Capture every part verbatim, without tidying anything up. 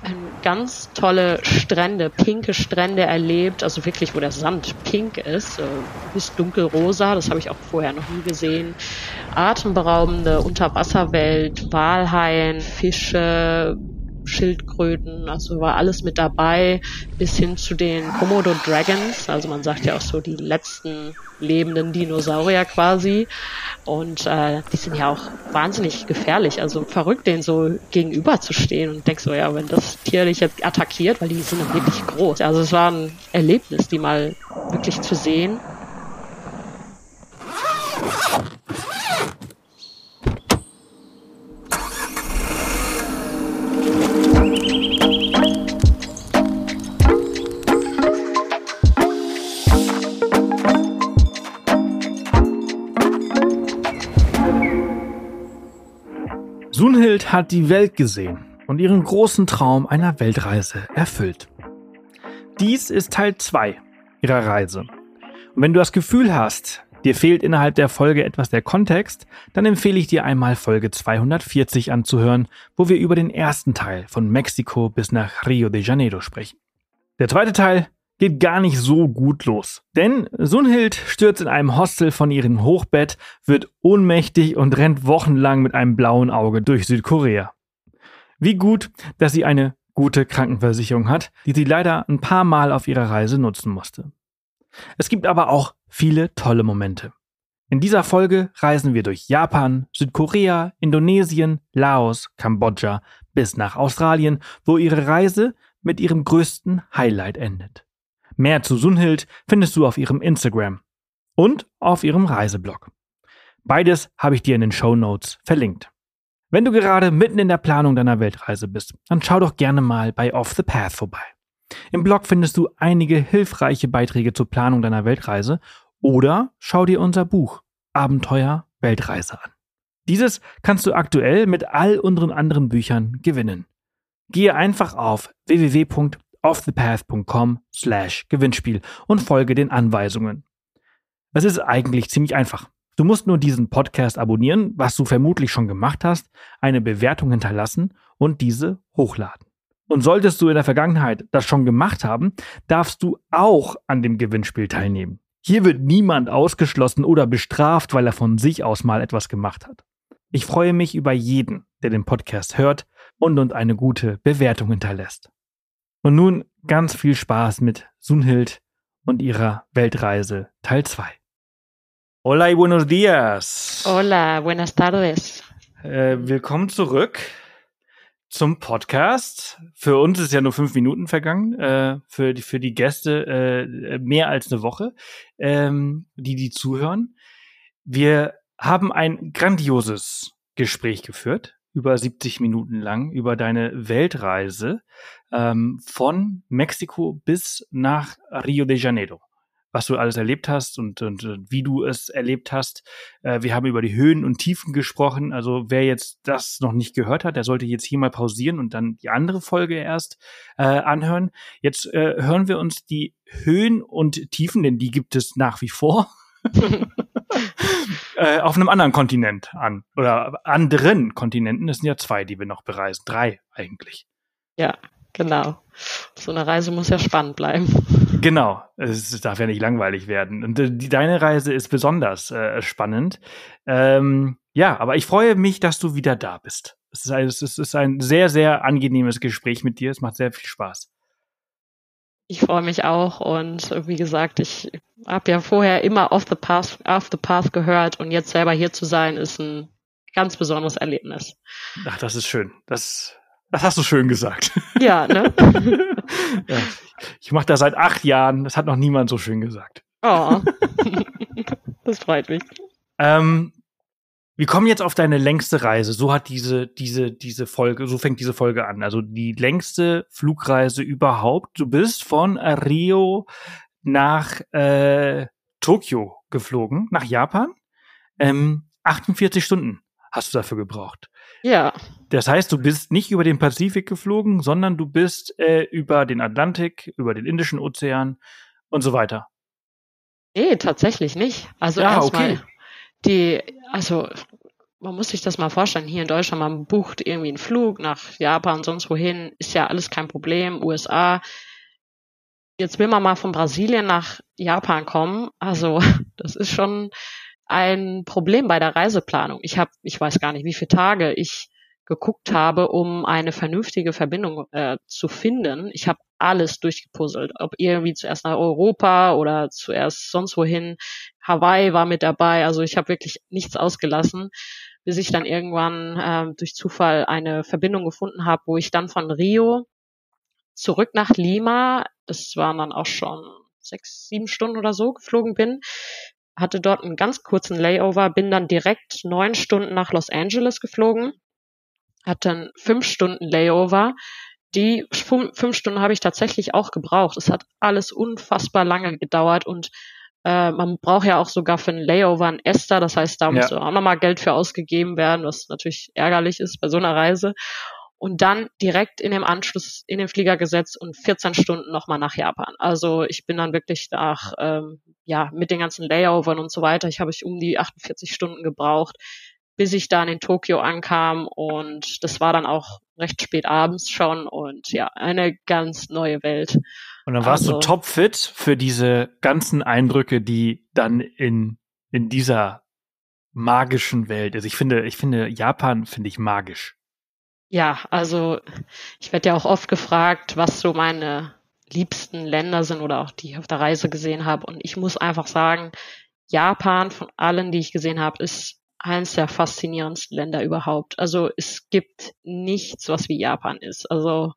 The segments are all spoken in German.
ganz tolle Strände, pinke Strände erlebt, also wirklich, wo der Sand pink ist, äh, bis dunkelrosa, das habe ich auch vorher noch nie gesehen. Atemberaubende Unterwasserwelt, Walhaien, Fische, Schildkröten, also war alles mit dabei, bis hin zu den Komodo Dragons, also man sagt ja auch so die letzten lebenden Dinosaurier quasi, und äh, die sind ja auch wahnsinnig gefährlich, also verrückt, denen so gegenüber zu stehen und denkst so, ja, wenn das Tier dich jetzt attackiert, weil die sind dann wirklich groß, also es war ein Erlebnis, die mal wirklich zu sehen. Sunhild hat die Welt gesehen und ihren großen Traum einer Weltreise erfüllt. Dies ist Teil zwei ihrer Reise. Und wenn du das Gefühl hast, dir fehlt innerhalb der Folge etwas der Kontext, dann empfehle ich dir einmal Folge zweihundertvierzig anzuhören, wo wir über den ersten Teil von Mexiko bis nach Rio de Janeiro sprechen. Der zweite Teil geht gar nicht so gut los. Denn Sunhild stürzt in einem Hostel von ihrem Hochbett, wird ohnmächtig und rennt wochenlang mit einem blauen Auge durch Südkorea. Wie gut, dass sie eine gute Krankenversicherung hat, die sie leider ein paar Mal auf ihrer Reise nutzen musste. Es gibt aber auch viele tolle Momente. In dieser Folge reisen wir durch Japan, Südkorea, Indonesien, Laos, Kambodscha bis nach Australien, wo ihre Reise mit ihrem größten Highlight endet. Mehr zu Sunhild findest du auf ihrem Instagram und auf ihrem Reiseblog. Beides habe ich dir in den Shownotes verlinkt. Wenn du gerade mitten in der Planung deiner Weltreise bist, dann schau doch gerne mal bei Off the Path vorbei. Im Blog findest du einige hilfreiche Beiträge zur Planung deiner Weltreise oder schau dir unser Buch Abenteuer Weltreise an. Dieses kannst du aktuell mit all unseren anderen Büchern gewinnen. Gehe einfach auf w w w punkt offthepath punkt com slash Gewinnspiel und folge den Anweisungen. Es ist eigentlich ziemlich einfach. Du musst nur diesen Podcast abonnieren, was du vermutlich schon gemacht hast, eine Bewertung hinterlassen und diese hochladen. Und solltest du in der Vergangenheit das schon gemacht haben, darfst du auch an dem Gewinnspiel teilnehmen. Hier wird niemand ausgeschlossen oder bestraft, weil er von sich aus mal etwas gemacht hat. Ich freue mich über jeden, der den Podcast hört und uns eine gute Bewertung hinterlässt. Und nun ganz viel Spaß mit Sunhild und ihrer Weltreise Teil zwei. Hola y buenos días. Hola, buenas tardes. Äh, willkommen zurück zum Podcast. Für uns ist ja nur fünf Minuten vergangen, äh, für, die, für die Gäste äh, mehr als eine Woche, ähm, die die zuhören. Wir haben ein grandioses Gespräch geführt, über siebzig Minuten lang, über deine Weltreise ähm, von Mexiko bis nach Rio de Janeiro. Was du alles erlebt hast und, und, und wie du es erlebt hast. Äh, wir haben über die Höhen und Tiefen gesprochen. Also wer jetzt das noch nicht gehört hat, der sollte jetzt hier mal pausieren und dann die andere Folge erst äh, anhören. Jetzt äh, hören wir uns die Höhen und Tiefen, denn die gibt es nach wie vor, äh, auf einem anderen Kontinent an. Oder anderen Kontinenten. Das sind ja zwei, die wir noch bereisen. Drei eigentlich. Ja, genau. So eine Reise muss ja spannend bleiben. Genau, es darf ja nicht langweilig werden. Und die, deine Reise ist besonders äh, spannend. Ähm, ja, aber ich freue mich, dass du wieder da bist. Es ist, ein, es ist ein sehr, sehr angenehmes Gespräch mit dir. Es macht sehr viel Spaß. Ich freue mich auch und wie gesagt, ich habe ja vorher immer Off the Path, Off the Path gehört und jetzt selber hier zu sein, ist ein ganz besonderes Erlebnis. Ach, das ist schön. Das, das hast du schön gesagt. Ja, ne? Ja, ich mache das seit acht Jahren. Das hat noch niemand so schön gesagt. Oh, das freut mich. Ähm, wir kommen jetzt auf deine längste Reise. So hat diese, diese, diese Folge, so fängt diese Folge an. Also die längste Flugreise überhaupt. Du bist von Rio nach äh, Tokio geflogen, nach Japan. Ähm, achtundvierzig Stunden hast du dafür gebraucht. Ja. Das heißt, du bist nicht über den Pazifik geflogen, sondern du bist äh, über den Atlantik, über den Indischen Ozean und so weiter. Nee, tatsächlich nicht. Also ja, erstmal okay. die, also man muss sich das mal vorstellen, hier in Deutschland, man bucht irgendwie einen Flug nach Japan, sonst wohin, ist ja alles kein Problem, U S A. Jetzt will man mal von Brasilien nach Japan kommen. Also das ist schon ein Problem bei der Reiseplanung. Ich habe, ich weiß gar nicht, wie viele Tage ich geguckt habe, um eine vernünftige Verbindung äh, zu finden. Ich habe alles durchgepuzzelt, ob irgendwie zuerst nach Europa oder zuerst sonst wohin. Hawaii war mit dabei, also ich habe wirklich nichts ausgelassen, bis ich dann irgendwann äh, durch Zufall eine Verbindung gefunden habe, wo ich dann von Rio zurück nach Lima, das waren dann auch schon sechs, sieben Stunden oder so, geflogen bin, hatte dort einen ganz kurzen Layover, bin dann direkt neun Stunden nach Los Angeles geflogen, hatte einen fünf Stunden Layover. Die fünf Stunden habe ich tatsächlich auch gebraucht. Es hat alles unfassbar lange gedauert und äh, man braucht ja auch sogar für einen Layover ein ESTA, das heißt, da ja. muss auch nochmal Geld für ausgegeben werden, was natürlich ärgerlich ist bei so einer Reise. Und dann direkt in dem Anschluss in den Flieger gesetzt und vierzehn Stunden nochmal nach Japan. Also ich bin dann wirklich nach, ähm, ja, mit den ganzen Layovern und so weiter, ich habe ich um die achtundvierzig Stunden gebraucht, bis ich dann in Tokio ankam und das war dann auch recht spät abends schon und ja, eine ganz neue Welt. Und dann warst also, du topfit für diese ganzen Eindrücke, die dann in, in dieser magischen Welt, also ich finde, ich finde, Japan finde ich magisch. Ja, also ich werde ja auch oft gefragt, was so meine liebsten Länder sind oder auch die ich auf der Reise gesehen habe. Und ich muss einfach sagen, Japan von allen, die ich gesehen habe, ist eines der faszinierendsten Länder überhaupt. Also es gibt nichts, was wie Japan ist. Also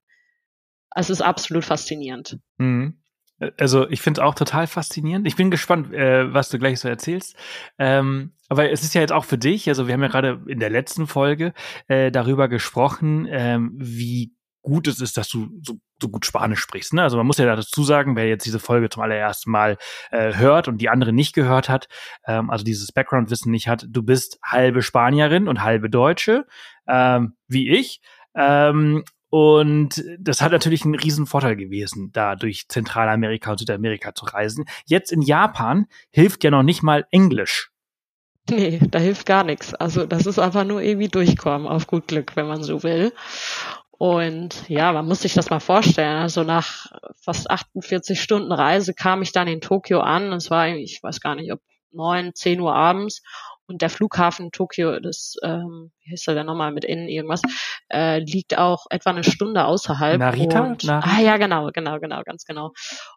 es ist absolut faszinierend. Mhm. Also ich finde es auch total faszinierend. Ich bin gespannt, äh, was du gleich so erzählst. Ähm, aber es ist ja jetzt auch für dich, also wir haben ja gerade in der letzten Folge äh, darüber gesprochen, ähm, wie gut es ist, dass du so, so gut Spanisch sprichst. Ne? Also man muss ja dazu sagen, wer jetzt diese Folge zum allerersten Mal äh, hört und die andere nicht gehört hat, ähm, also dieses Background-Wissen nicht hat, du bist halbe Spanierin und halbe Deutsche, ähm, wie ich. Ähm, Und das hat natürlich einen riesen Vorteil gewesen, da durch Zentralamerika und Südamerika zu reisen. Jetzt in Japan hilft ja noch nicht mal Englisch. Nee, da hilft gar nichts. Also das ist einfach nur irgendwie durchkommen, auf gut Glück, wenn man so will. Und ja, man muss sich das mal vorstellen. Also nach fast achtundvierzig Stunden Reise kam ich dann in Tokio an. Es war, ich weiß gar nicht, ob neun, zehn Uhr abends. Und der Flughafen Tokio, das, ähm, wie heißt der denn nochmal mit N irgendwas, äh, liegt auch etwa eine Stunde außerhalb. Narita? Und, Narita? Ah ja, genau, genau, genau, ganz genau.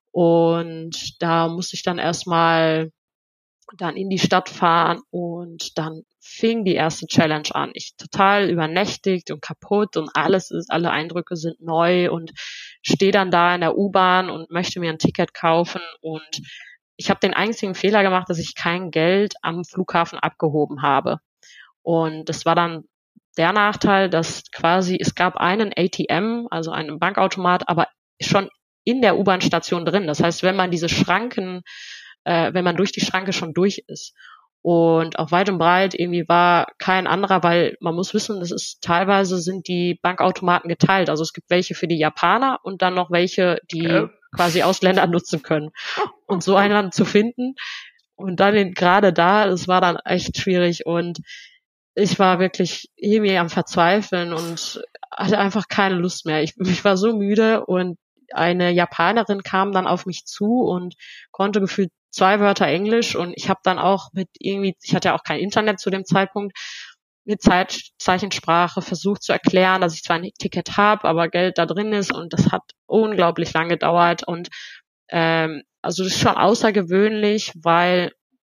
Und da musste ich dann erstmal dann in die Stadt fahren und dann fing die erste Challenge an. Ich total übernächtigt und kaputt und alles ist, alle Eindrücke sind neu und stehe dann da in der U-Bahn und möchte mir ein Ticket kaufen und ich habe den einzigen Fehler gemacht, dass ich kein Geld am Flughafen abgehoben habe. Und das war dann der Nachteil, dass quasi, es gab einen A T M, also einen Bankautomat, aber schon in der U-Bahn-Station drin. Das heißt, wenn man diese Schranken, äh, wenn man durch die Schranke schon durch ist. Und auch weit und breit irgendwie war kein anderer, weil man muss wissen, das ist teilweise sind die Bankautomaten geteilt. Also es gibt welche für die Japaner und dann noch welche, die ja. quasi Ausländer nutzen können. Und so einen zu finden und dann in, gerade da, das war dann echt schwierig und ich war wirklich irgendwie am Verzweifeln und hatte einfach keine Lust mehr. Ich, ich war so müde und eine Japanerin kam dann auf mich zu und konnte gefühlt zwei Wörter Englisch und ich habe dann auch mit irgendwie, ich hatte ja auch kein Internet zu dem Zeitpunkt, mit Zeit, Zeichensprache versucht zu erklären, dass ich zwar ein Ticket habe, aber Geld da drin ist und das hat unglaublich lange gedauert und ähm, also das ist schon außergewöhnlich, weil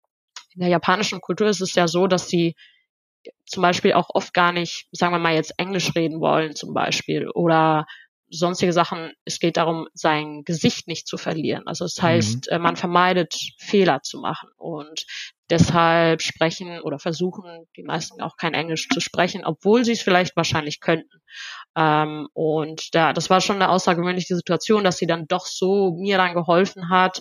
in der japanischen Kultur ist es ja so, dass sie zum Beispiel auch oft gar nicht, sagen wir mal jetzt Englisch reden wollen zum Beispiel oder sonstige Sachen. Es geht darum, sein Gesicht nicht zu verlieren. Also das heißt, mhm. man vermeidet Fehler zu machen und deshalb sprechen oder versuchen die meisten auch kein Englisch zu sprechen, obwohl sie es vielleicht wahrscheinlich könnten. Ähm, und da, das war schon eine außergewöhnliche Situation, dass sie dann doch so mir dann geholfen hat.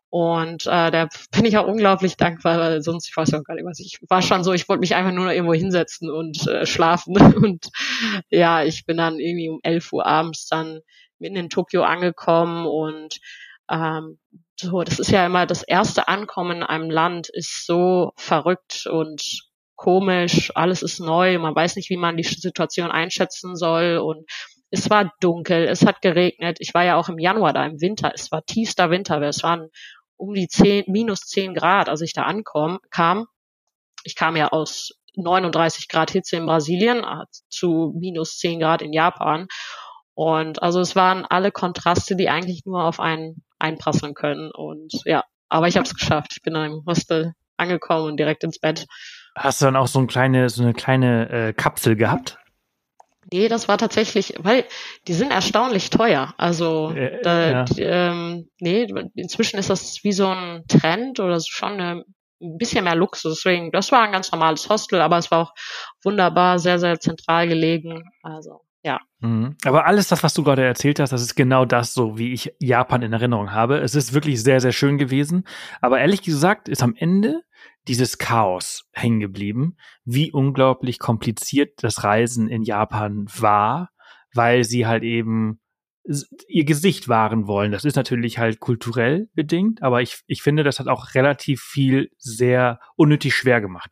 Und äh, da bin ich auch unglaublich dankbar, weil sonst, ich weiß auch gar nicht was, ich war schon so, ich wollte mich einfach nur irgendwo hinsetzen und äh, schlafen. Und ja, ich bin dann irgendwie um elf Uhr abends dann mitten in Tokio angekommen und ähm, so, das ist ja immer das erste Ankommen in einem Land ist so verrückt und komisch, alles ist neu, man weiß nicht, wie man die Situation einschätzen soll und es war dunkel, es hat geregnet. Ich war ja auch im Januar da im Winter, es war tiefster Winter, es waren um die zehn, minus zehn Grad, als ich da ankomme, kam. Ich kam ja aus neununddreißig Grad Hitze in Brasilien zu minus zehn Grad in Japan. Und also es waren alle Kontraste, die eigentlich nur auf einen einprasseln können. Und ja, aber ich habe es geschafft. Ich bin dann im Hostel angekommen und direkt ins Bett. Hast du dann auch so eine kleine, so eine kleine äh, Kapsel gehabt? Nee, das war tatsächlich, weil die sind erstaunlich teuer. Also Äh, da, ja. die, ähm, nee, inzwischen ist das wie so ein Trend oder schon eine, ein bisschen mehr Luxus. Deswegen, das war ein ganz normales Hostel, aber es war auch wunderbar, sehr, sehr zentral gelegen. Also ja. Mhm. Aber alles das, was du gerade erzählt hast, das ist genau das, so wie ich Japan in Erinnerung habe. Es ist wirklich sehr, sehr schön gewesen. Aber ehrlich gesagt ist am Ende dieses Chaos hängen geblieben, wie unglaublich kompliziert das Reisen in Japan war, weil sie halt eben ihr Gesicht wahren wollen. Das ist natürlich halt kulturell bedingt, aber ich, ich finde, das hat auch relativ viel sehr unnötig schwer gemacht.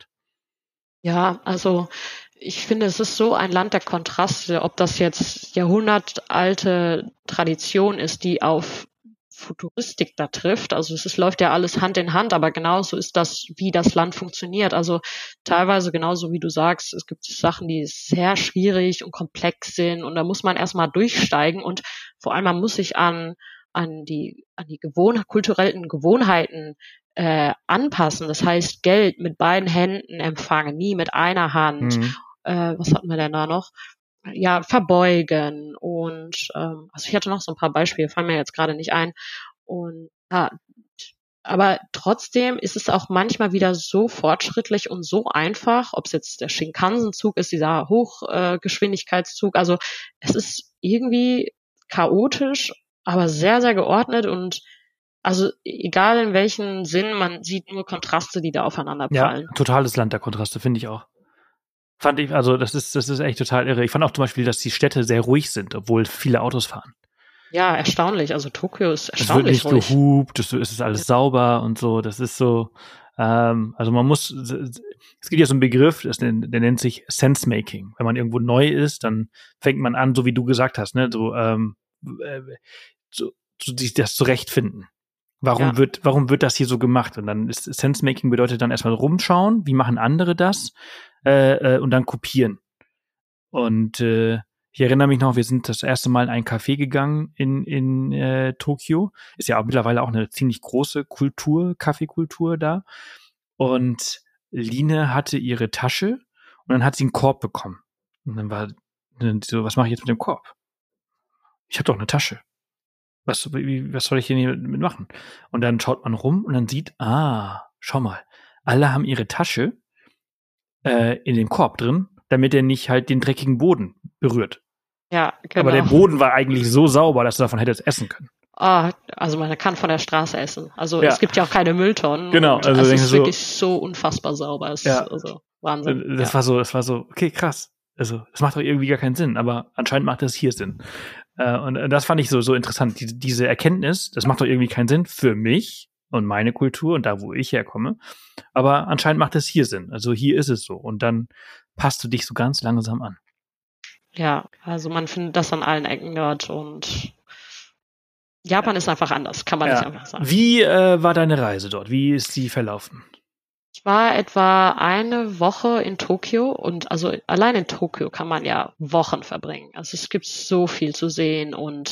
Ja, also ich finde, es ist so ein Land der Kontraste, ob das jetzt jahrhundertalte Tradition ist, die auf Futuristik da trifft. Also es ist, läuft ja alles Hand in Hand, aber genauso ist das, wie das Land funktioniert. Also teilweise genauso wie du sagst, es gibt Sachen, die sehr schwierig und komplex sind und da muss man erstmal durchsteigen und vor allem man muss sich an an die an die Gewohn kulturellen Gewohnheiten äh, anpassen. Das heißt, Geld mit beiden Händen empfangen, nie mit einer Hand. Mhm. Äh, was hatten wir denn da noch? Ja, verbeugen und ähm, also ich hatte noch so ein paar Beispiele, fallen mir jetzt gerade nicht ein. Und ja, aber trotzdem ist es auch manchmal wieder so fortschrittlich und so einfach, ob es jetzt der Shinkansen-Zug ist, dieser Hochgeschwindigkeitszug. Äh, also es ist irgendwie chaotisch, aber sehr, sehr geordnet und also egal in welchen Sinn, man sieht nur Kontraste, die da aufeinander prallen. Ja, totales Land der Kontraste, finde ich auch. Fand ich, also das ist, das ist echt total irre. Ich fand auch zum Beispiel, dass die Städte sehr ruhig sind, obwohl viele Autos fahren. Ja, erstaunlich. Also Tokio ist Es wird erstaunlich nicht ruhig. gehupt, es ist alles sauber und so. Das ist so, ähm, also man muss, es gibt ja so einen Begriff, das, der nennt sich Sense-Making. Wenn man irgendwo neu ist, dann fängt man an, so wie du gesagt hast, ne, so, ähm, so, so sich das zurechtfinden. Warum Ja. wird, warum wird das hier so gemacht? Und dann ist Sense-Making bedeutet dann erstmal rumschauen, wie machen andere das, äh, äh, und dann kopieren. Und äh, ich erinnere mich noch, wir sind das erste Mal in ein Café gegangen in in äh, Tokio. Ist ja auch mittlerweile auch eine ziemlich große Kultur, Kaffeekultur da. Und Line hatte ihre Tasche und dann hat sie einen Korb bekommen. Und dann war dann so, was mache ich jetzt mit dem Korb? Ich habe doch eine Tasche. Was, wie, was soll ich denn hier mit machen? Und dann schaut man rum und dann sieht, ah, schau mal, alle haben ihre Tasche äh, in den Korb drin, damit er nicht halt den dreckigen Boden berührt. Ja, genau. Aber der Boden war eigentlich so sauber, dass du davon hättest essen können. Ah, also man kann von der Straße essen. Also Ja. es gibt ja auch keine Mülltonnen. Genau, und also es denkst ist du so- wirklich so unfassbar sauber. Es Ja. ist also Wahnsinn. Das ja. war so, das war so, okay, krass. Also, das macht doch irgendwie gar keinen Sinn, aber anscheinend macht das hier Sinn. Äh, und das fand ich so, so interessant. Die, diese Erkenntnis, das macht doch irgendwie keinen Sinn für mich und meine Kultur und da, wo ich herkomme. Aber anscheinend macht es hier Sinn. Also hier ist es so. Und dann passt du dich so ganz langsam an. Ja, also man findet das an allen Ecken dort und Japan ist einfach anders, kann man nicht einfach sagen. Wie äh, war deine Reise dort? Wie ist sie verlaufen? Ich war etwa eine Woche in Tokio und also allein in Tokio kann man ja Wochen verbringen. Also es gibt so viel zu sehen und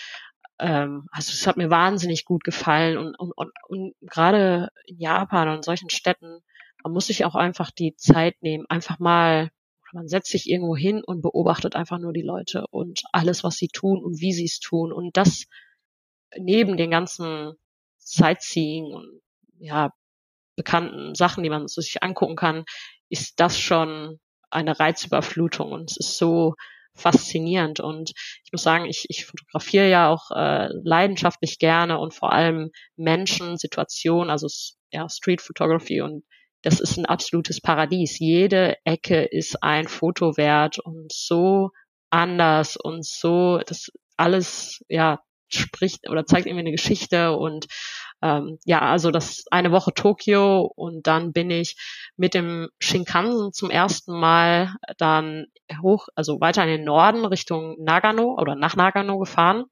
ähm, also es hat mir wahnsinnig gut gefallen und, und, und, und gerade in Japan und solchen Städten, man muss sich auch einfach die Zeit nehmen, einfach mal, man setzt sich irgendwo hin und beobachtet einfach nur die Leute und alles, was sie tun und wie sie es tun und das neben den ganzen Sightseeing und ja, bekannten Sachen, die man sich angucken kann, ist das schon eine Reizüberflutung und es ist so faszinierend und ich muss sagen, ich, ich fotografiere ja auch äh, leidenschaftlich gerne und vor allem Menschen, Situationen, also ja, Street Photography und das ist ein absolutes Paradies. Jede Ecke ist ein Foto wert und so anders und so, das alles, ja, spricht oder zeigt irgendwie eine Geschichte und ähm, ja, also das eine Woche Tokio und dann bin ich mit dem Shinkansen zum ersten Mal dann hoch, also weiter in den Norden Richtung Nagano oder nach Nagano gefahren.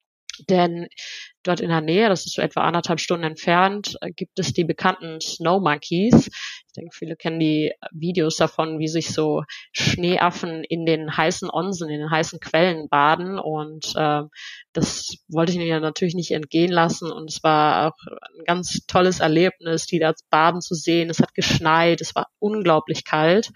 Denn dort in der Nähe, das ist so etwa anderthalb Stunden entfernt, gibt es die bekannten Snow Monkeys. Ich denke, viele kennen die Videos davon, wie sich so Schneeaffen in den heißen Onsen, in den heißen Quellen baden. Und äh, das wollte ich mir natürlich nicht entgehen lassen. Und es war auch ein ganz tolles Erlebnis, die da baden zu sehen. Es hat geschneit, es war unglaublich kalt.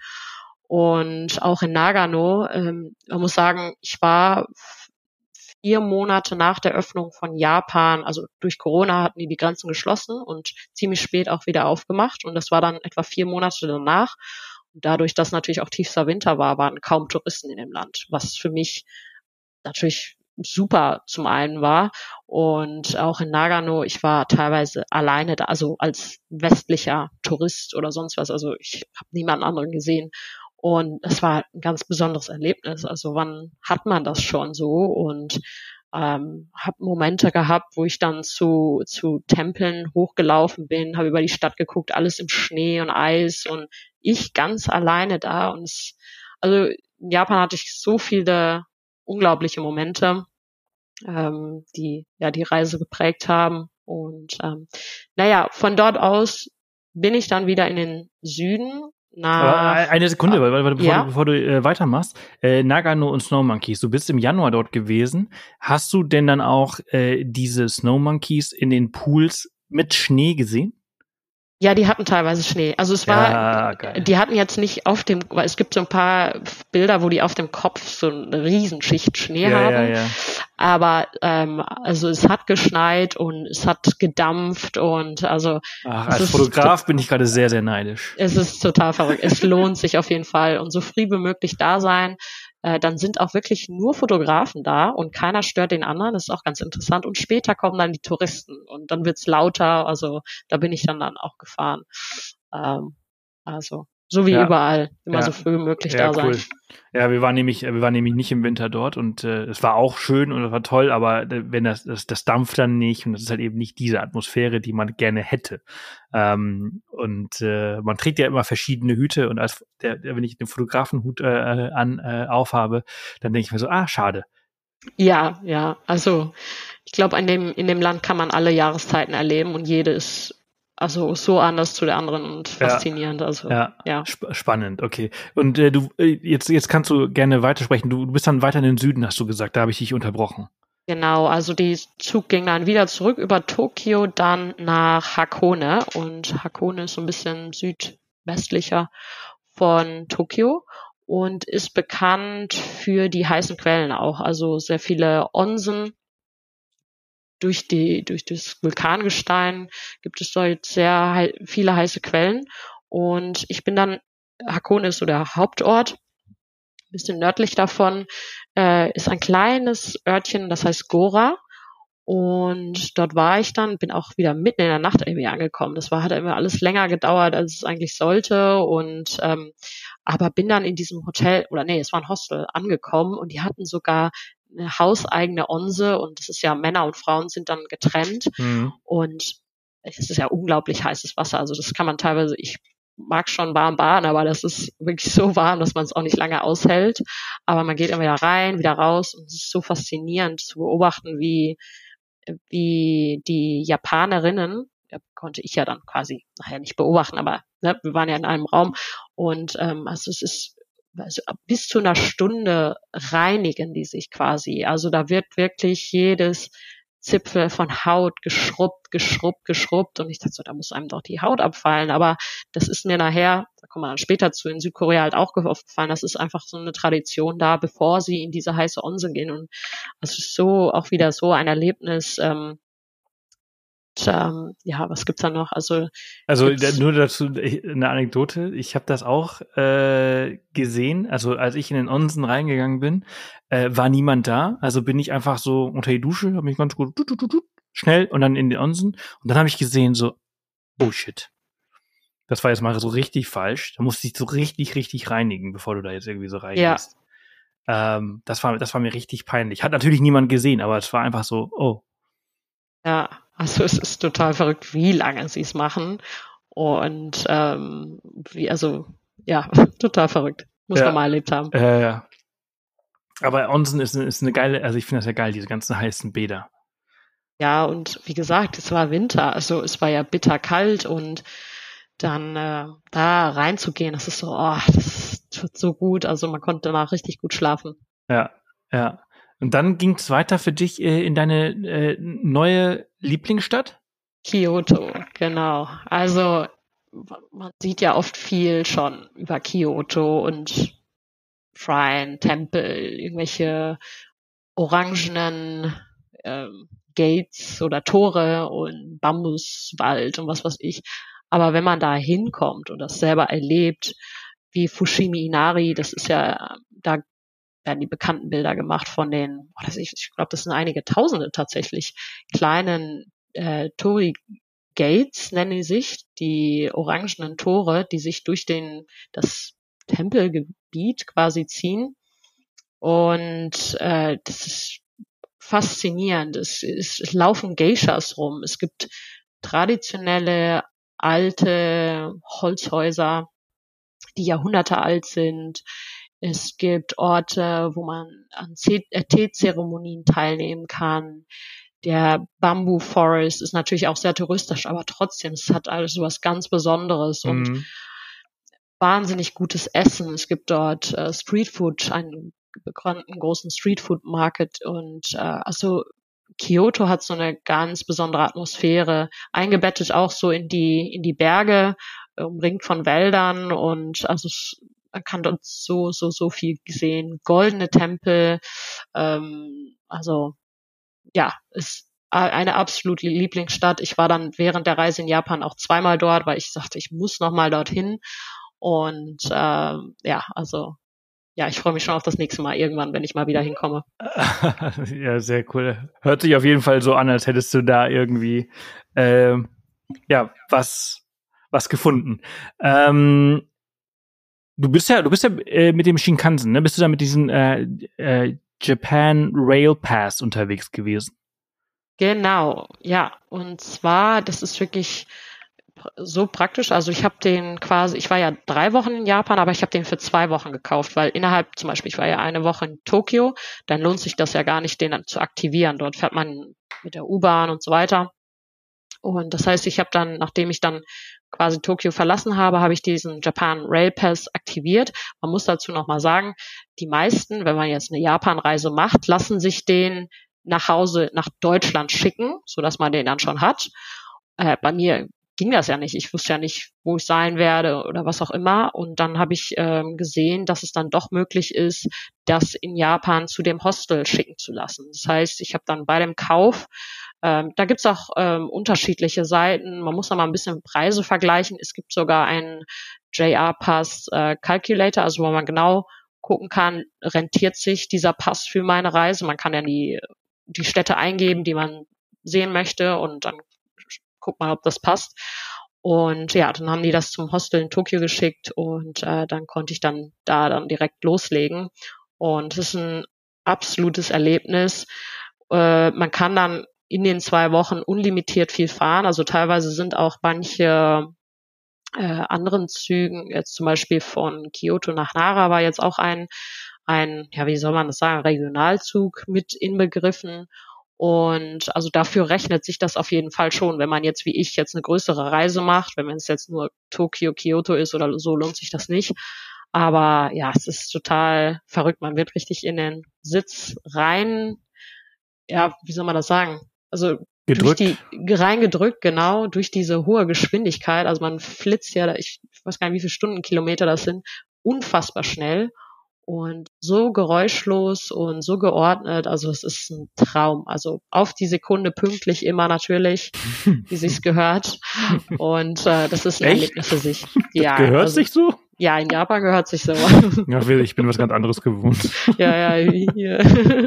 Und auch in Nagano, ähm, man muss sagen, ich war vier Monate nach der Öffnung von Japan, also durch Corona hatten die die Grenzen geschlossen und ziemlich spät auch wieder aufgemacht. Und das war dann etwa vier Monate danach. Und dadurch, dass natürlich auch tiefster Winter war, waren kaum Touristen in dem Land, was für mich natürlich super zum einen war. Und auch in Nagano, ich war teilweise alleine da, also als westlicher Tourist oder sonst was. Also ich habe niemanden anderen gesehen. Und es war ein ganz besonderes Erlebnis. Also wann hat man das schon so? Und ähm, habe Momente gehabt, wo ich dann zu zu Tempeln hochgelaufen bin, habe über die Stadt geguckt, alles im Schnee und Eis und ich ganz alleine da. Und es, also in Japan hatte ich so viele unglaubliche Momente, ähm, die ja die Reise geprägt haben. Und ähm, naja, von dort aus bin ich dann wieder in den Süden. Aber Nach, eine Sekunde, weil, weil, bevor ja? du, bevor du äh, weitermachst. Äh, Nagano und Snow Monkeys, du bist im Januar dort gewesen. Hast du denn dann auch äh, diese Snow Monkeys in den Pools mit Schnee gesehen? Ja, die hatten teilweise Schnee. Also es war, Ja, geil. die hatten jetzt nicht auf dem, weil es gibt so ein paar Bilder, wo die auf dem Kopf so eine Riesenschicht Schnee Ja, haben. ja, ja. Aber ähm, also es hat geschneit und es hat gedampft und also Ach, es als ist Fotograf bin ich gerade sehr, sehr neidisch. Es ist total verrückt. Es lohnt sich auf jeden Fall und so früh wie möglich da sein. Äh, dann sind auch wirklich nur Fotografen da und keiner stört den anderen. Das ist auch ganz interessant. Und später kommen dann die Touristen und dann wird's lauter. Also da bin ich dann dann auch gefahren. Ähm, also so wie Ja. überall, immer Ja. so früh wie möglich Ja, da cool. sein. Ja, wir waren nämlich, wir waren nämlich nicht im Winter dort und äh, es war auch schön und es war toll, aber äh, wenn das, das, das dampft dann nicht und das ist halt eben nicht diese Atmosphäre, die man gerne hätte. Ähm, und äh, man trägt ja immer verschiedene Hüte und als der, der wenn ich den Fotografenhut äh, an äh, aufhabe, dann denke ich mir so, ah, schade. Ja, ja. Also ich glaube, in dem in dem Land kann man alle Jahreszeiten erleben und jede ist also so anders zu der anderen und faszinierend. Also Ja, ja. sp- spannend, okay. Und äh, du äh, jetzt jetzt kannst du gerne weitersprechen. Du, du bist dann weiter in den Süden, hast du gesagt. Da habe ich dich unterbrochen. Genau, also die Zug ging dann wieder zurück über Tokio dann nach Hakone und Hakone ist so ein bisschen südwestlicher von Tokio und ist bekannt für die heißen Quellen auch, also sehr viele Onsen. Durch die, durch das Vulkangestein gibt es dort sehr hei- viele heiße Quellen. Und ich bin dann, Hakone ist so der Hauptort, ein bisschen nördlich davon, äh, ist ein kleines Örtchen, das heißt Gora. Und dort war ich dann, bin auch wieder mitten in der Nacht irgendwie angekommen. Das war, hat immer alles länger gedauert, als es eigentlich sollte. Und ähm, aber bin dann in diesem Hotel, oder nee, es war ein Hostel, angekommen und die hatten sogar eine hauseigene Onse und das ist ja, Männer und Frauen sind dann getrennt Mhm. und es ist ja unglaublich heißes Wasser. Also das kann man teilweise, ich mag schon warm baden, aber das ist wirklich so warm, dass man es auch nicht lange aushält. Aber man geht immer wieder rein, wieder raus und es ist so faszinierend zu beobachten, wie wie die Japanerinnen, ja, konnte ich ja dann quasi nachher nicht beobachten, aber ne, wir waren ja in einem Raum und ähm, also es ist also bis zu einer Stunde reinigen die sich quasi. Also da wird wirklich jedes Zipfel von Haut geschrubbt, geschrubbt, geschrubbt und ich dachte so, da muss einem doch die Haut abfallen, aber das ist mir nachher, da kommen wir dann später zu, in Südkorea halt auch aufgefallen, das ist einfach so eine Tradition da, bevor sie in diese heiße Onsen gehen und es ist so, auch wieder so ein Erlebnis, ähm, und, ähm, ja, was gibt's da noch? Also, Also jetzt, da- nur dazu ich- eine Anekdote. Ich habe das auch äh, gesehen. Also als ich in den Onsen reingegangen bin, äh, war niemand da. Also bin ich einfach so unter die Dusche, habe mich ganz gut tut, tut, tut, tut, schnell und dann in den Onsen. Und dann habe ich gesehen so, oh shit, das war jetzt mal so richtig falsch. Da musste ich so richtig, richtig reinigen, bevor du da jetzt irgendwie so ja, reingehst. Ähm, das war, das war mir richtig peinlich. Hat natürlich niemand gesehen, aber es war einfach so, oh. ja, Also es ist total verrückt, wie lange sie es machen. Und ähm, wie, also ja, total verrückt. Muss Ja. man mal erlebt haben. Ja, ja. Aber Onsen ist, ist eine geile, also ich finde das ja geil, diese ganzen heißen Bäder. Ja, und wie gesagt, es war Winter, also es war ja bitterkalt und dann äh, da reinzugehen, das ist so, oh, das tut so gut. Also man konnte danach richtig gut schlafen. Ja, ja. Und dann ging es weiter für dich äh, in deine äh, neue Lieblingsstadt? Kyoto, genau. Also man sieht ja oft viel schon über Kyoto und Shrine, Tempel, irgendwelche orangenen ähm, Gates oder Tore und Bambuswald und was weiß ich. Aber wenn man da hinkommt und das selber erlebt, wie Fushimi Inari, das ist ja, da werden die bekannten Bilder gemacht von den, oh, das, ich, ich glaube, das sind einige Tausende tatsächlich, kleinen äh, Torii Gates nennen die sich, die orangenen Tore, die sich durch den das Tempelgebiet quasi ziehen. Und äh, das ist faszinierend. Es, es, es laufen Geishas rum. Es gibt traditionelle alte Holzhäuser, die Jahrhunderte alt sind. Es gibt Orte, wo man an Teezeremonien teilnehmen kann. Der Bamboo Forest ist natürlich auch sehr touristisch, aber trotzdem, es hat alles so was ganz Besonderes und Mhm. wahnsinnig gutes Essen. Es gibt dort äh, Streetfood, einen bekannten großen Streetfood Market und äh, also Kyoto hat so eine ganz besondere Atmosphäre, eingebettet auch so in die in die Berge, umringt von Wäldern und also man kann dort so so so viel sehen, goldene Tempel, ähm, also ja, ist eine absolute Lieblingsstadt. Ich war dann während der Reise in Japan auch zweimal dort, weil ich sagte, ich muss noch mal dorthin. Und ähm, ja, also ja, ich freue mich schon auf das nächste Mal irgendwann, wenn ich mal wieder hinkomme. Ja, sehr cool. Hört sich auf jeden Fall so an, als hättest du da irgendwie ähm, ja was was gefunden. Ähm, du bist ja, du bist ja äh, mit dem Shinkansen, ne? Bist du da mit diesem äh, äh, Japan Rail Pass unterwegs gewesen? Genau, ja. Und zwar, das ist wirklich so praktisch. Also ich habe den quasi, ich war ja drei Wochen in Japan, aber ich habe den für zwei Wochen gekauft, weil innerhalb, zum Beispiel, ich war ja eine Woche in Tokio, dann lohnt sich das ja gar nicht, den dann zu aktivieren. Dort fährt man mit der U-Bahn und so weiter. Und das heißt, ich habe dann, nachdem ich dann quasi Tokio verlassen habe, habe ich diesen Japan Rail Pass aktiviert. Man muss dazu nochmal sagen, die meisten, wenn man jetzt eine Japan-Reise macht, lassen sich den nach Hause, nach Deutschland schicken, sodass man den dann schon hat. Äh, bei mir ging das ja nicht. Ich wusste ja nicht, wo ich sein werde oder was auch immer. Und dann habe ich ähm, gesehen, dass es dann doch möglich ist, das in Japan zu dem Hostel schicken zu lassen. Das heißt, ich habe dann bei dem Kauf, ähm, da gibt's auch ähm, unterschiedliche Seiten. Man muss noch mal ein bisschen Preise vergleichen. Es gibt sogar einen J R-Pass äh, Calculator, also wo man genau gucken kann, rentiert sich dieser Pass für meine Reise. Man kann ja die, die Städte eingeben, die man sehen möchte und dann guck mal, ob das passt. Und ja, dann haben die das zum Hostel in Tokio geschickt und äh, dann konnte ich dann da dann direkt loslegen. Und es ist ein absolutes Erlebnis. Äh, man kann dann in den zwei Wochen unlimitiert viel fahren. Also teilweise sind auch manche äh, anderen Zügen, jetzt zum Beispiel von Kyoto nach Nara war jetzt auch ein, ein, ja, wie soll man das sagen, Regionalzug mit inbegriffen. Und also dafür rechnet sich das auf jeden Fall schon. Wenn man jetzt wie ich jetzt eine größere Reise macht, wenn man es jetzt nur Tokio, Kyoto ist oder so, lohnt sich das nicht. Aber ja, es ist total verrückt. Man wird richtig in den Sitz rein, ja, wie soll man das sagen? Also Gedrückt. durch die reingedrückt, genau, durch diese hohe Geschwindigkeit. Also man flitzt ja, ich weiß gar nicht, wie viele Stundenkilometer das sind, unfassbar schnell. Und so geräuschlos und so geordnet, also es ist ein Traum. Also auf die Sekunde pünktlich immer natürlich, wie sich's gehört. Und äh, das ist ein Echt? Erlebnis für sich. Das Ja, gehört also, sich so? Ja, in Japan gehört sich so. Ja, will, ich bin was ganz anderes gewohnt. Ja, ja, hier.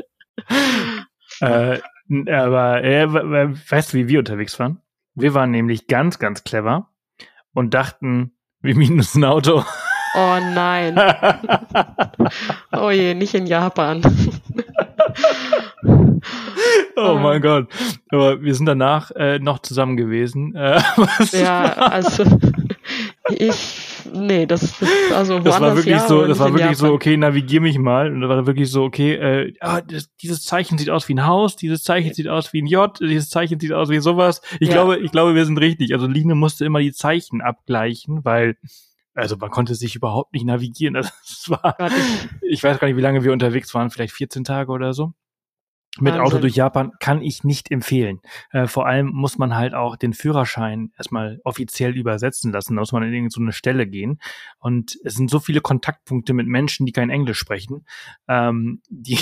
äh, aber äh, weißt du, wie wir unterwegs waren? Wir waren nämlich ganz, ganz clever und dachten, wir mieten uns ein Auto. Oh nein. Oh je, nicht in Japan. Oh mein Gott. Aber wir sind danach äh, noch zusammen gewesen. Äh, Ja, also ich, nee, das, das also das war woanders wirklich ja, so, aber das nicht war in wirklich so, Japan. okay, navigier mich mal. Und da war wirklich so, okay, äh, ah, das, dieses Zeichen sieht aus wie ein Haus, dieses Zeichen sieht aus wie ein J, dieses Zeichen sieht aus wie sowas. Ich Ja, glaube, ich glaube, wir sind richtig. Also Line musste immer die Zeichen abgleichen, weil also man konnte sich überhaupt nicht navigieren. Also es war, Gott, ich, ich weiß gar nicht, wie lange wir unterwegs waren, vielleicht vierzehn Tage oder so. Mit Auto Wahnsinn. durch Japan kann ich nicht empfehlen. Äh, vor allem muss man halt auch den Führerschein erstmal offiziell übersetzen lassen. Da muss man in irgendeine so eine Stelle gehen. Und es sind so viele Kontaktpunkte mit Menschen, die kein Englisch sprechen. Ähm, die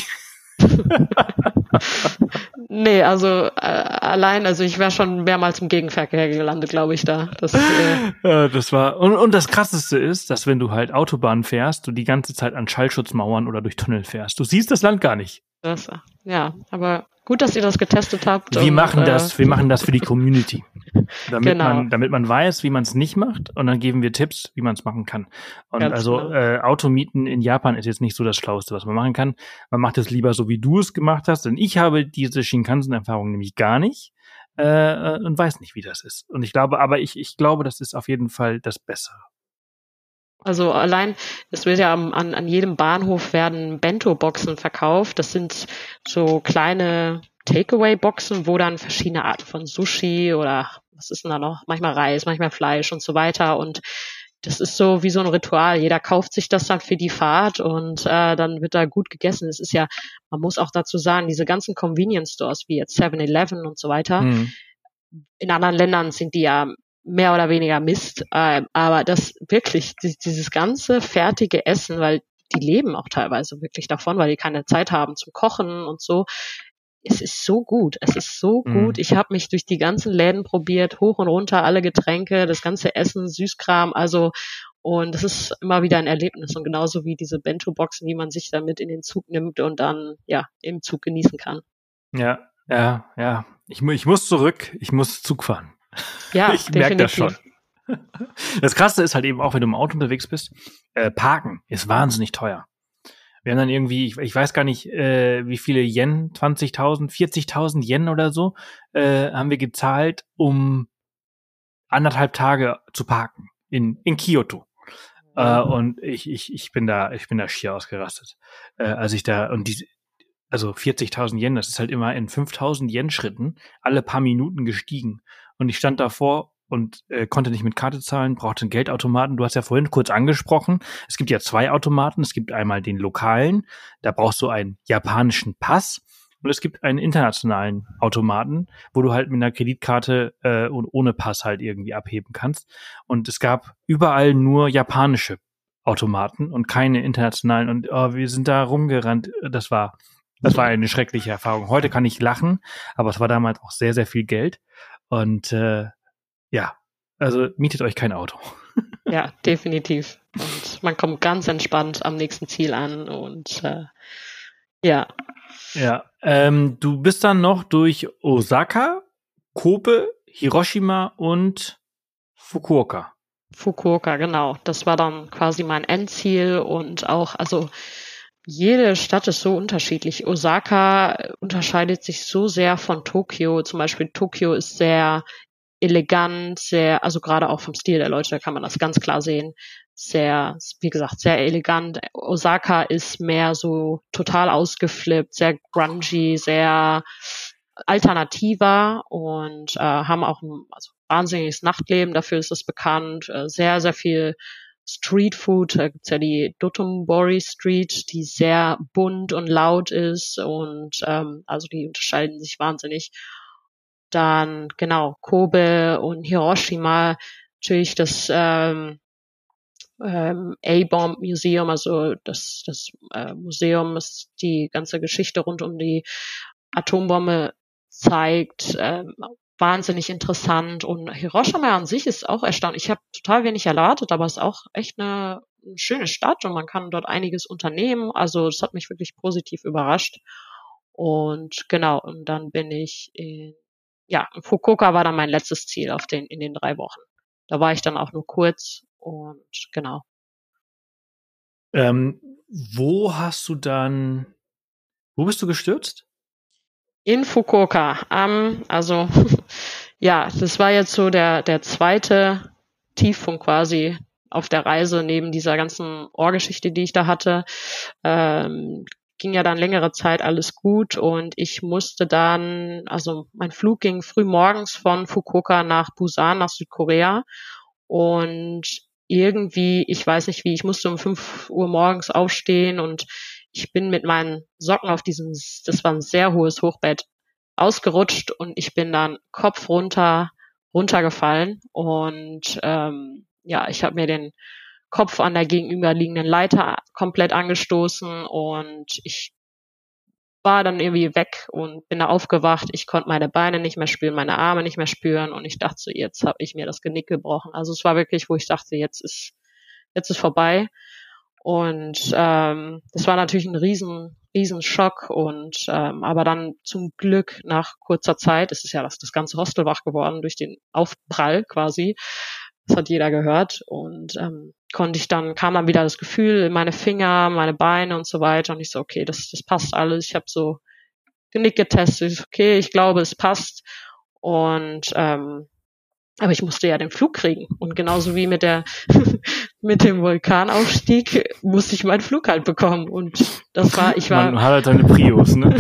Nee, also äh, allein, also ich wäre schon mehrmals im Gegenverkehr gelandet, glaube ich, da. Das, äh, äh, das war und, und das Krasseste ist, dass wenn du halt Autobahn fährst, du die ganze Zeit an Schallschutzmauern oder durch Tunnel fährst. Du siehst das Land gar nicht. das, ja, aber gut, dass ihr das getestet habt. Wir Und, machen äh, das, wir machen das für die Community. Damit genau, man, damit man weiß, wie man es nicht macht, und dann geben wir Tipps, wie man es machen kann. Und ganz also genau. äh, Automieten in Japan ist jetzt nicht so das Schlauste, was man machen kann. Man macht es lieber so, wie du es gemacht hast, denn ich habe diese Shinkansen-Erfahrung nämlich gar nicht äh, und weiß nicht, wie das ist. Und ich glaube, aber ich, ich glaube, das ist auf jeden Fall das Bessere. Also allein, es wird ja am- an, an jedem Bahnhof werden Bento-Boxen verkauft. Das sind so kleine Takeaway-Boxen, wo dann verschiedene Arten von Sushi oder was ist denn da noch? Manchmal Reis, manchmal Fleisch und so weiter. Und das ist so wie so ein Ritual. Jeder kauft sich das dann für die Fahrt und äh, dann wird da gut gegessen. Es ist ja, man muss auch dazu sagen, diese ganzen Convenience Stores wie jetzt Seven Eleven und so weiter, Hm. in anderen Ländern sind die ja mehr oder weniger Mist, äh, aber das wirklich, die, dieses ganze fertige Essen, weil die leben auch teilweise wirklich davon, weil die keine Zeit haben zum Kochen und so. Es ist so gut, es ist so gut. Hm. Ich habe mich durch die ganzen Läden probiert, hoch und runter, alle Getränke, das ganze Essen, Süßkram, also und das ist immer wieder ein Erlebnis und genauso wie diese Bento-Boxen, die man sich damit in den Zug nimmt und dann ja im Zug genießen kann. Ja, ja, ja. Ich, mu- ich muss zurück, ich muss Zug fahren. Ja, Ich merke das definitiv. schon. Das Krasse ist halt eben auch, wenn du im Auto unterwegs bist, äh, parken ist wahnsinnig teuer. Wir haben dann irgendwie, ich, ich weiß gar nicht, äh, wie viele Yen, zwanzigtausend, vierzigtausend Yen oder so, äh, haben wir gezahlt, um anderthalb Tage zu parken in, in Kyoto. Äh, und ich, ich, ich bin da, ich bin da schier ausgerastet. Äh, als ich da, und die, also vierzigtausend Yen, das ist halt immer in fünftausend Yen Schritten alle paar Minuten gestiegen. Und ich stand davor und äh, konnte nicht mit Karte zahlen, brauchte einen Geldautomaten. Du hast ja vorhin kurz angesprochen, es gibt ja zwei Automaten. Es gibt einmal den lokalen, da brauchst du einen japanischen Pass. Und es gibt einen internationalen Automaten, wo du halt mit einer Kreditkarte äh, und ohne Pass halt irgendwie abheben kannst. Und es gab überall nur japanische Automaten und keine internationalen. Und oh, wir sind da rumgerannt. Das war, das war eine schreckliche Erfahrung. Heute kann ich lachen, aber es war damals auch sehr, sehr viel Geld. Und äh, ja, also mietet euch kein Auto. Ja, definitiv. Und man kommt ganz entspannt am nächsten Ziel an und äh, ja, Ja, ähm, du bist dann noch durch Osaka, Kobe, Hiroshima und Fukuoka. Fukuoka, genau. Das war dann quasi mein Endziel und auch, also jede Stadt ist so unterschiedlich. Osaka unterscheidet sich so sehr von Tokio. Zum Beispiel Tokio ist sehr elegant, sehr, also gerade auch vom Stil der Leute, da kann man das ganz klar sehen. Sehr, wie gesagt, sehr elegant. Osaka ist mehr so total ausgeflippt, sehr grungy, sehr alternativer und äh, haben auch ein also wahnsinniges Nachtleben, dafür ist es bekannt. Äh, sehr, sehr viel Streetfood, da gibt's ja die Dotonbori Street, die sehr bunt und laut ist und ähm, also die unterscheiden sich wahnsinnig. Dann genau Kobe und Hiroshima, natürlich das ähm, ähm, A-Bomb Museum, also das, das äh, Museum, das die ganze Geschichte rund um die Atombombe zeigt, ähm, wahnsinnig interessant. Und Hiroshima an sich ist auch erstaunlich. Ich habe total wenig erwartet, aber es ist auch echt eine, eine schöne Stadt und man kann dort einiges unternehmen. Also das hat mich wirklich positiv überrascht. Und genau, und dann bin ich in, ja, Fukuoka war dann mein letztes Ziel auf den, in den drei Wochen. Da war ich dann auch nur kurz und genau. Ähm, wo hast du dann, wo bist du gestürzt? In Fukuoka. Ähm, also ja, das war jetzt so der, der zweite Tiefpunkt quasi auf der Reise, neben dieser ganzen Ohrgeschichte, die ich da hatte. Ähm, ging ja dann längere Zeit alles gut und ich musste dann, also mein Flug ging früh morgens von Fukuoka nach Busan, nach Südkorea und irgendwie, ich weiß nicht wie, ich musste um fünf Uhr morgens aufstehen und ich bin mit meinen Socken auf diesem, das war ein sehr hohes Hochbett, ausgerutscht und ich bin dann Kopf runter runtergefallen und ähm, ja, ich habe mir den Kopf an der gegenüberliegenden Leiter komplett angestoßen und ich war dann irgendwie weg und bin da aufgewacht. Ich konnte meine Beine nicht mehr spüren, meine Arme nicht mehr spüren und ich dachte so, jetzt habe ich mir das Genick gebrochen. Also es war wirklich, wo ich dachte, jetzt ist jetzt ist vorbei. Und ähm, das war natürlich ein riesen, riesen Schock und ähm, aber dann zum Glück nach kurzer Zeit, es ist ja das, das ganze Hostel wach geworden durch den Aufprall quasi, das hat jeder gehört und ähm, konnte ich dann, kam dann wieder das Gefühl in meine Finger, meine Beine und so weiter und ich so, okay, das, das passt alles. Ich habe so Genick getestet, ich so, okay, ich glaube, es passt und ähm, aber ich musste ja den Flug kriegen. Und genauso wie mit der, mit dem Vulkanaufstieg musste ich meinen Flug halt bekommen. Und das war, ich war. Man hat halt seine Prius, ne?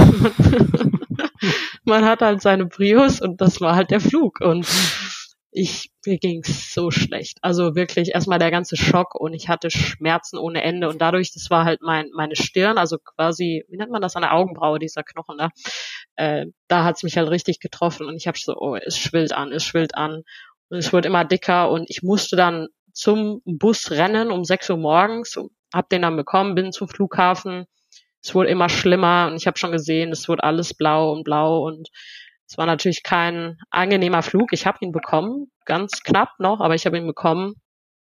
Man hat halt seine Prius und das war halt der Flug. Und ich, mir ging's so schlecht. Also wirklich erstmal der ganze Schock und ich hatte Schmerzen ohne Ende. Und dadurch, das war halt mein, meine Stirn, also quasi, wie nennt man das, an der Augenbraue, dieser Knochen da. Äh, da hat's mich halt richtig getroffen und ich habe so, oh, es schwillt an, es schwillt an. Und es wurde immer dicker und ich musste dann zum Bus rennen um sechs Uhr morgens, hab den dann bekommen, bin zum Flughafen. Es wurde immer schlimmer und ich habe schon gesehen, es wurde alles blau und blau und es war natürlich kein angenehmer Flug. Ich habe ihn bekommen, ganz knapp noch, aber ich habe ihn bekommen.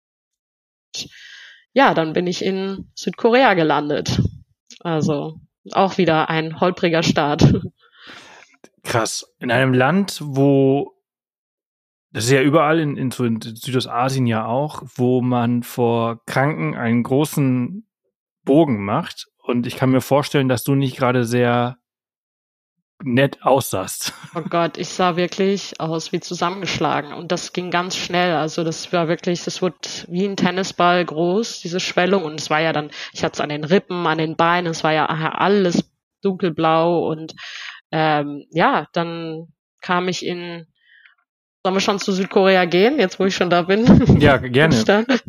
Ja, dann bin ich in Südkorea gelandet. Also auch wieder ein holpriger Start. Krass. In einem Land, wo, das ist ja überall in, in, so in Südostasien ja auch, wo man vor Kranken einen großen Bogen macht. Und ich kann mir vorstellen, dass du nicht gerade sehr nett aussahst. Oh Gott, ich sah wirklich aus wie zusammengeschlagen und das ging ganz schnell. Also das war wirklich, das wurde wie ein Tennisball groß, diese Schwellung und es war ja dann, ich hatte es an den Rippen, an den Beinen, es war ja alles dunkelblau und ähm, ja, dann kam ich in, sollen wir schon zu Südkorea gehen, jetzt wo ich schon da bin? Ja, gerne.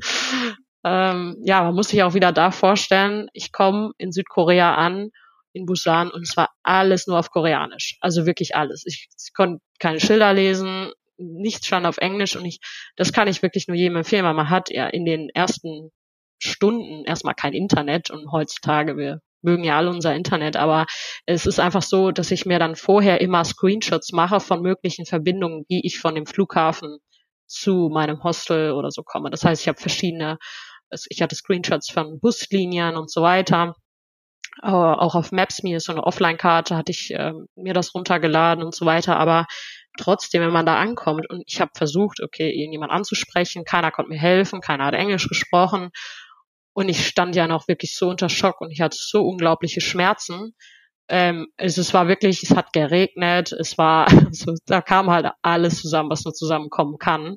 ähm, ja, man muss sich auch wieder da vorstellen, ich komme in Südkorea an, in Busan und es war alles nur auf Koreanisch. Also wirklich alles. Ich, ich konnte keine Schilder lesen, nichts stand auf Englisch und ich, das kann ich wirklich nur jedem empfehlen, weil man hat ja in den ersten Stunden erstmal kein Internet und heutzutage, wir mögen ja alle unser Internet, aber es ist einfach so, dass ich mir dann vorher immer Screenshots mache von möglichen Verbindungen, wie ich von dem Flughafen zu meinem Hostel oder so komme. Das heißt, ich habe verschiedene, ich hatte Screenshots von Buslinien und so weiter. Auch auf Maps.me ist so eine Offline-Karte, hatte ich äh, mir das runtergeladen und so weiter, aber trotzdem, wenn man da ankommt und ich habe versucht, okay, irgendjemand anzusprechen, keiner konnte mir helfen, keiner hat Englisch gesprochen und ich stand ja noch wirklich so unter Schock und ich hatte so unglaubliche Schmerzen. Ähm, es, es war wirklich, es hat geregnet, es war, also, da kam halt alles zusammen, was nur zusammenkommen kann.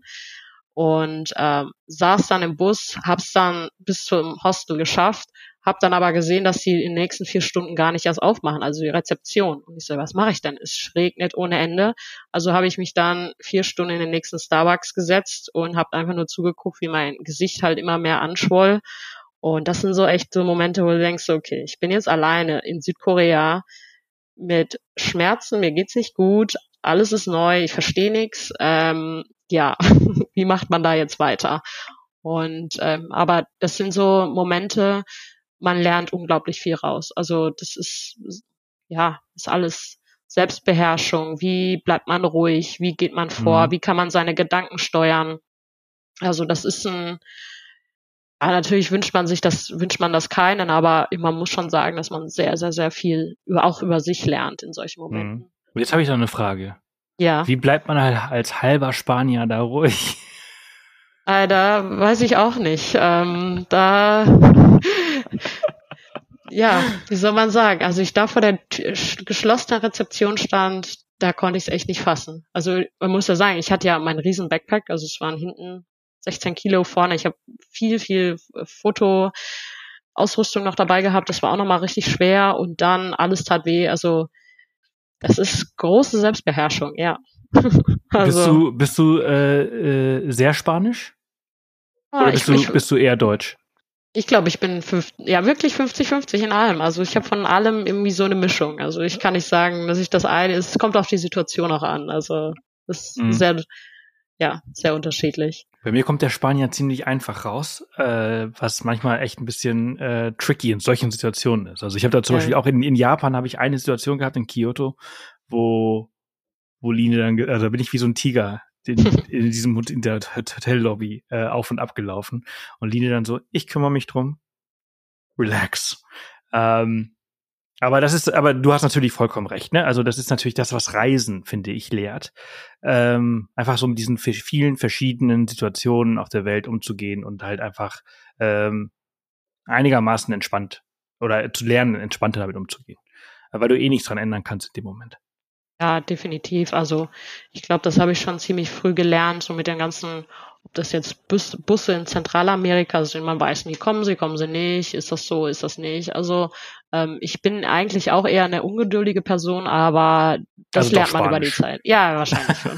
Und ähm, saß dann im Bus, hab's dann bis zum Hostel geschafft, hab dann aber gesehen, dass die in den nächsten vier Stunden gar nicht erst aufmachen, also die Rezeption. Und ich so, was mache ich denn? Es regnet ohne Ende. Also habe ich mich dann vier Stunden in den nächsten Starbucks gesetzt und habe einfach nur zugeguckt, wie mein Gesicht halt immer mehr anschwoll. Und das sind so echt so Momente, wo du denkst, okay, ich bin jetzt alleine in Südkorea mit Schmerzen, mir geht's nicht gut, alles ist neu, ich verstehe nichts. Ähm, ja, wie macht man da jetzt weiter? Und ähm, aber das sind so Momente, man lernt unglaublich viel raus. Also das ist, ja, ist alles Selbstbeherrschung. Wie bleibt man ruhig? Wie geht man vor? Mhm. Wie kann man seine Gedanken steuern? Also das ist ein, ja, natürlich wünscht man sich das, wünscht man das keinen, aber man muss schon sagen, dass man sehr, sehr, sehr viel über, auch über sich lernt in solchen Momenten. Mhm. Jetzt habe ich noch eine Frage. Ja. Wie bleibt man als halber Spanier da ruhig? Äh, da weiß ich auch nicht. Ähm, da ja, wie soll man sagen? Also ich da vor der t- geschlossenen Rezeption stand, da konnte ich es echt nicht fassen. Also man muss ja sagen, ich hatte ja meinen riesen Backpack, also es waren hinten sechzehn Kilo vorne. Ich habe viel, viel Fotoausrüstung noch dabei gehabt. Das war auch nochmal richtig schwer und dann alles tat weh. Also das ist große Selbstbeherrschung, ja. Bist Also du, bist du äh, äh, sehr Spanisch? ah, Oder ich, bist du, ich, bist du eher Deutsch? ich glaube, ich bin fünf, ja wirklich fünfzig fünfzig in allem. Also ich habe von allem irgendwie so eine Mischung. Also ich kann nicht sagen, dass ich das eine ist. Es kommt auf die Situation auch an. Also das ist Mhm. sehr, ja, sehr unterschiedlich. Bei mir kommt der Spanier ziemlich einfach raus, äh, was manchmal echt ein bisschen äh, tricky in solchen Situationen ist. Also ich habe da zum Ja. Beispiel auch in, in Japan habe ich eine Situation gehabt in Kyoto, wo wo Line dann, ge- also da bin ich wie so ein Tiger in, in diesem in der Hotellobby äh, auf und ab gelaufen und Line dann so, ich kümmere mich drum, relax. Ähm, aber das ist, aber du hast natürlich vollkommen recht, ne? Also das ist natürlich das, was Reisen, finde ich, lehrt. Ähm, einfach so mit diesen vielen verschiedenen Situationen auf der Welt umzugehen und halt einfach ähm, einigermaßen entspannt oder zu lernen, entspannter damit umzugehen. Weil du eh nichts dran ändern kannst in dem Moment. Ja, definitiv. Also ich glaube, das habe ich schon ziemlich früh gelernt, so mit den ganzen, ob das jetzt Bus, Busse in Zentralamerika sind, man weiß nie, kommen sie, kommen sie nicht, ist das so, ist das nicht. Also ähm, ich bin eigentlich auch eher eine ungeduldige Person, aber das Also doch lernt man über die Spanisch. Zeit. Ja, wahrscheinlich schon.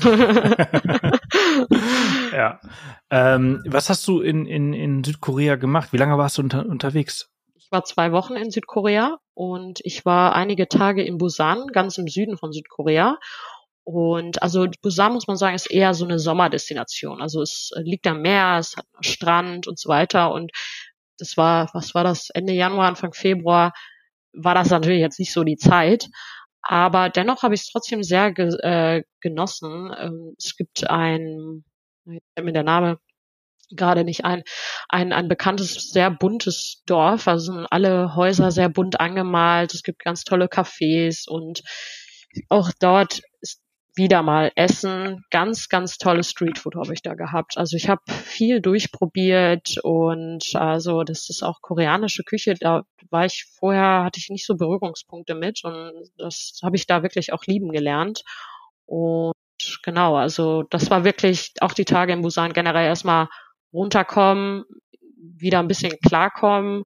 Ja. Ähm, was hast du in, in, in Südkorea gemacht? Wie lange warst du unter, unterwegs? Ich war zwei Wochen in Südkorea und ich war einige Tage in Busan, ganz im Süden von Südkorea. Und also Busan, muss man sagen, ist eher so eine Sommerdestination. Also es liegt am Meer, es hat einen Strand und so weiter. Und das war, was war das, Ende Januar, Anfang Februar, war das natürlich jetzt nicht so die Zeit. Aber dennoch habe ich es trotzdem sehr ge äh, genossen. Ähm, es gibt ein, jetzt fällt mir der Name gerade nicht ein, ein, ein bekanntes, sehr buntes Dorf. Also sind alle Häuser sehr bunt angemalt. Es gibt ganz tolle Cafés und auch dort ist wieder mal Essen. Ganz, ganz tolles Streetfood habe ich da gehabt. Also ich habe viel durchprobiert und also das ist auch koreanische Küche. Da war ich vorher, hatte ich nicht so Berührungspunkte mit und das habe ich da wirklich auch lieben gelernt. Und genau, also das war wirklich auch die Tage in Busan generell erstmal runterkommen, wieder ein bisschen klarkommen.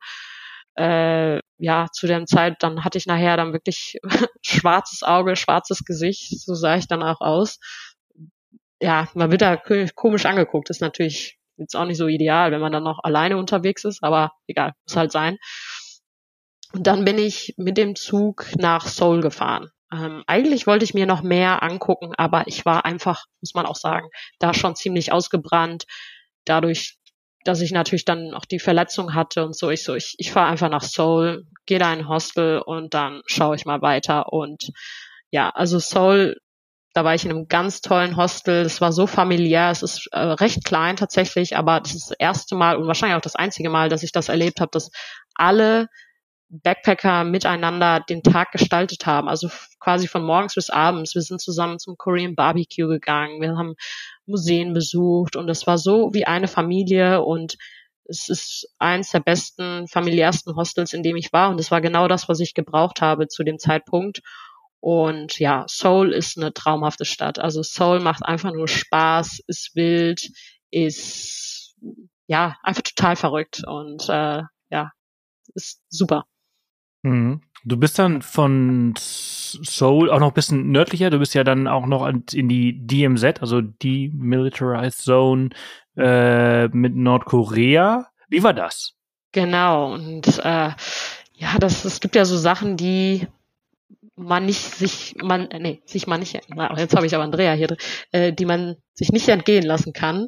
Äh, ja, zu der Zeit, dann hatte ich nachher dann wirklich schwarzes Auge, schwarzes Gesicht, so sah ich dann auch aus. Ja, man wird da komisch angeguckt, ist natürlich jetzt auch nicht so ideal, wenn man dann noch alleine unterwegs ist, aber egal, muss halt sein. Und dann bin ich mit dem Zug nach Seoul gefahren. Ähm, eigentlich wollte ich mir noch mehr angucken, aber ich war einfach, muss man auch sagen, da schon ziemlich ausgebrannt. Dadurch, dass ich natürlich dann auch die Verletzung hatte und so. Ich so, ich, ich fahre einfach nach Seoul, gehe da in ein Hostel und dann schaue ich mal weiter. Und ja, also Seoul, da war ich in einem ganz tollen Hostel. Es war so familiär. Es ist äh, recht klein tatsächlich, aber das ist das erste Mal und wahrscheinlich auch das einzige Mal, dass ich das erlebt habe, dass alle Backpacker miteinander den Tag gestaltet haben, also quasi von morgens bis abends. Wir sind zusammen zum Korean Barbecue gegangen, wir haben Museen besucht und es war so wie eine Familie und es ist eins der besten, familiärsten Hostels, in dem ich war und es war genau das, was ich gebraucht habe zu dem Zeitpunkt. Und ja, Seoul ist eine traumhafte Stadt. Also Seoul macht einfach nur Spaß, ist wild, ist ja einfach total verrückt und äh, ja, ist super. Mhm. Du bist dann von Seoul auch noch ein bisschen nördlicher. Du bist ja dann auch noch in die D M Z, also Demilitarized Zone äh, mit Nordkorea. Wie war das? Genau. Und äh, ja, das, es gibt ja so Sachen, die man nicht sich, man, äh, nee, sich man nicht, na, jetzt habe ich aber Andrea hier drin, äh, die man sich nicht entgehen lassen kann.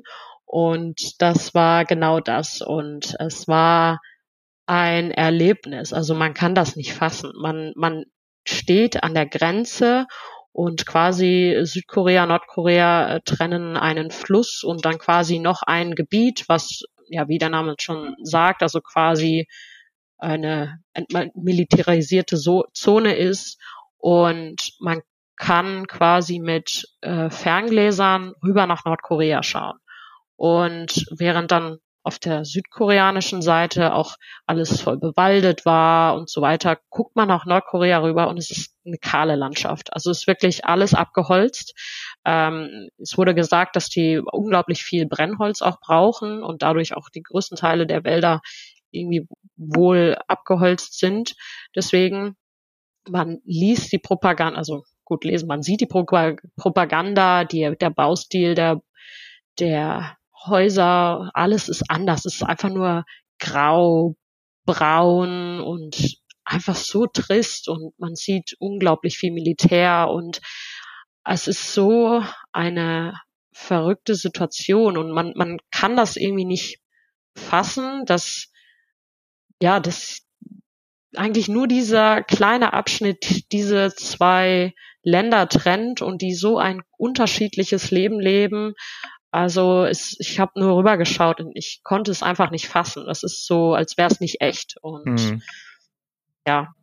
Und das war genau das. Und es war ein Erlebnis. Also man kann das nicht fassen. Man, man steht an der Grenze und quasi Südkorea, Nordkorea äh, trennen einen Fluss und dann quasi noch ein Gebiet, was, ja, wie der Name schon sagt, also quasi eine militarisierte so- Zone ist und man kann quasi mit äh, Ferngläsern rüber nach Nordkorea schauen. Und während dann auf der südkoreanischen Seite auch alles voll bewaldet war und so weiter, guckt man nach Nordkorea rüber und es ist eine kahle Landschaft. Also es ist wirklich alles abgeholzt. Ähm, es wurde gesagt, dass die unglaublich viel Brennholz auch brauchen und dadurch auch die größten Teile der Wälder irgendwie wohl abgeholzt sind. Deswegen, man liest die Propaganda, also gut lesen, man sieht die Pro- Propaganda, die, der Baustil der, der Häuser, alles ist anders. Es ist einfach nur grau, braun und einfach so trist und man sieht unglaublich viel Militär und es ist so eine verrückte Situation und man, man kann das irgendwie nicht fassen, dass, ja, dass eigentlich nur dieser kleine Abschnitt diese zwei Länder trennt und die so ein unterschiedliches Leben leben. Also es, ich habe nur rübergeschaut und ich konnte es einfach nicht fassen. Das ist so, als wäre es nicht echt. Und Mhm. ja,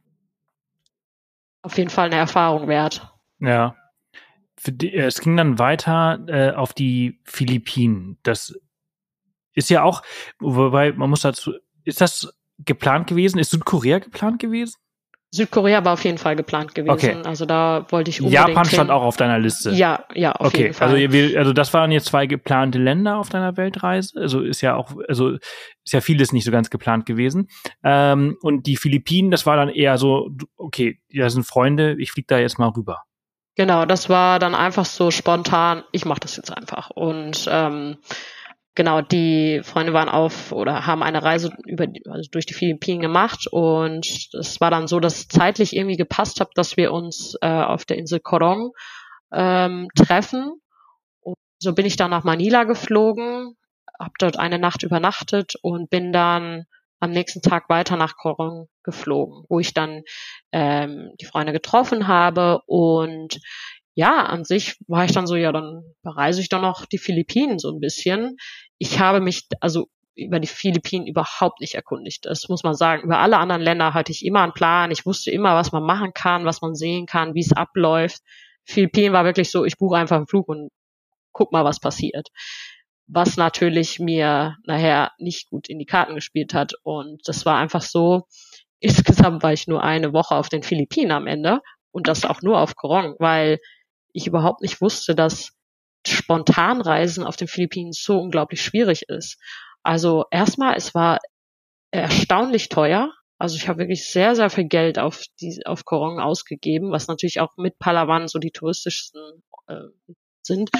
auf jeden Fall eine Erfahrung wert. Ja. Für die, es ging dann weiter äh, auf die Philippinen. Das ist ja auch, wobei man muss dazu, ist das geplant gewesen? Ist Südkorea geplant gewesen? Südkorea war auf jeden Fall geplant gewesen. Okay. Also da wollte ich unbedingt Japan stand hin. auch auf deiner Liste. Ja, ja, auf okay. jeden Fall. Also, ihr, also das waren jetzt zwei geplante Länder auf deiner Weltreise. Also ist ja auch, also ist ja vieles nicht so ganz geplant gewesen. Ähm, und die Philippinen, das war dann eher so, okay, da sind Freunde, ich fliege da jetzt mal rüber. Genau, das war dann einfach so spontan, ich mache das jetzt einfach. Und ähm, genau, die Freunde waren auf oder haben eine Reise über die, also durch die Philippinen gemacht und es war dann so, dass es zeitlich irgendwie gepasst hat, dass wir uns äh, auf der Insel Coron ähm, treffen. Und so bin ich dann nach Manila geflogen, habe dort eine Nacht übernachtet und bin dann am nächsten Tag weiter nach Coron geflogen, wo ich dann ähm, die Freunde getroffen habe und ja, an sich war ich dann so, ja, dann bereise ich doch noch die Philippinen so ein bisschen. Ich habe mich also über die Philippinen überhaupt nicht erkundigt. Das muss man sagen. Über alle anderen Länder hatte ich immer einen Plan. Ich wusste immer, was man machen kann, was man sehen kann, wie es abläuft. Philippinen war wirklich so, ich buche einfach einen Flug und guck mal, was passiert. Was natürlich mir nachher nicht gut in die Karten gespielt hat. Und das war einfach so, insgesamt war ich nur eine Woche auf den Philippinen am Ende und das auch nur auf Coron, weil ich überhaupt nicht wusste, dass Spontanreisen auf den Philippinen so unglaublich schwierig ist. Also erstmal, es war erstaunlich teuer. Also ich habe wirklich sehr, sehr viel Geld auf die auf Coron ausgegeben, was natürlich auch mit Palawan so die touristischsten äh, sind.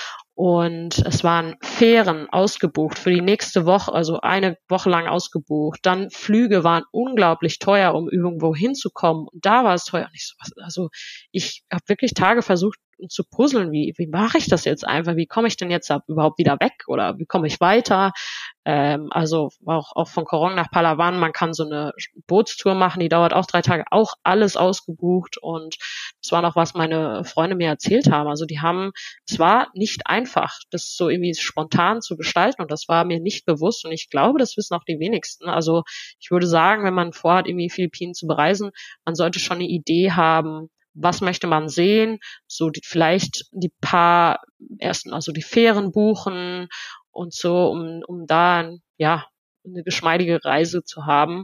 Und es waren Fähren ausgebucht für die nächste Woche, also eine Woche lang ausgebucht. Dann Flüge waren unglaublich teuer, um irgendwo hinzukommen. Und da war es teuer. Und ich so, also ich habe wirklich Tage versucht zu puzzeln, wie wie mache ich das jetzt einfach? Wie komme ich denn jetzt ab, überhaupt wieder weg oder wie komme ich weiter? Ähm, also auch, auch von Coron nach Palawan, man kann so eine Bootstour machen, die dauert auch drei Tage, auch alles ausgebucht und das war noch, was meine Freunde mir erzählt haben. Also die haben, es war nicht einfach, das so irgendwie spontan zu gestalten und das war mir nicht bewusst und ich glaube, das wissen auch die wenigsten. Also ich würde sagen, wenn man vorhat, irgendwie Philippinen zu bereisen, man sollte schon eine Idee haben, was möchte man sehen, so die, vielleicht die paar ersten, also die Fähren buchen und so, um, um da, ja, eine geschmeidige Reise zu haben.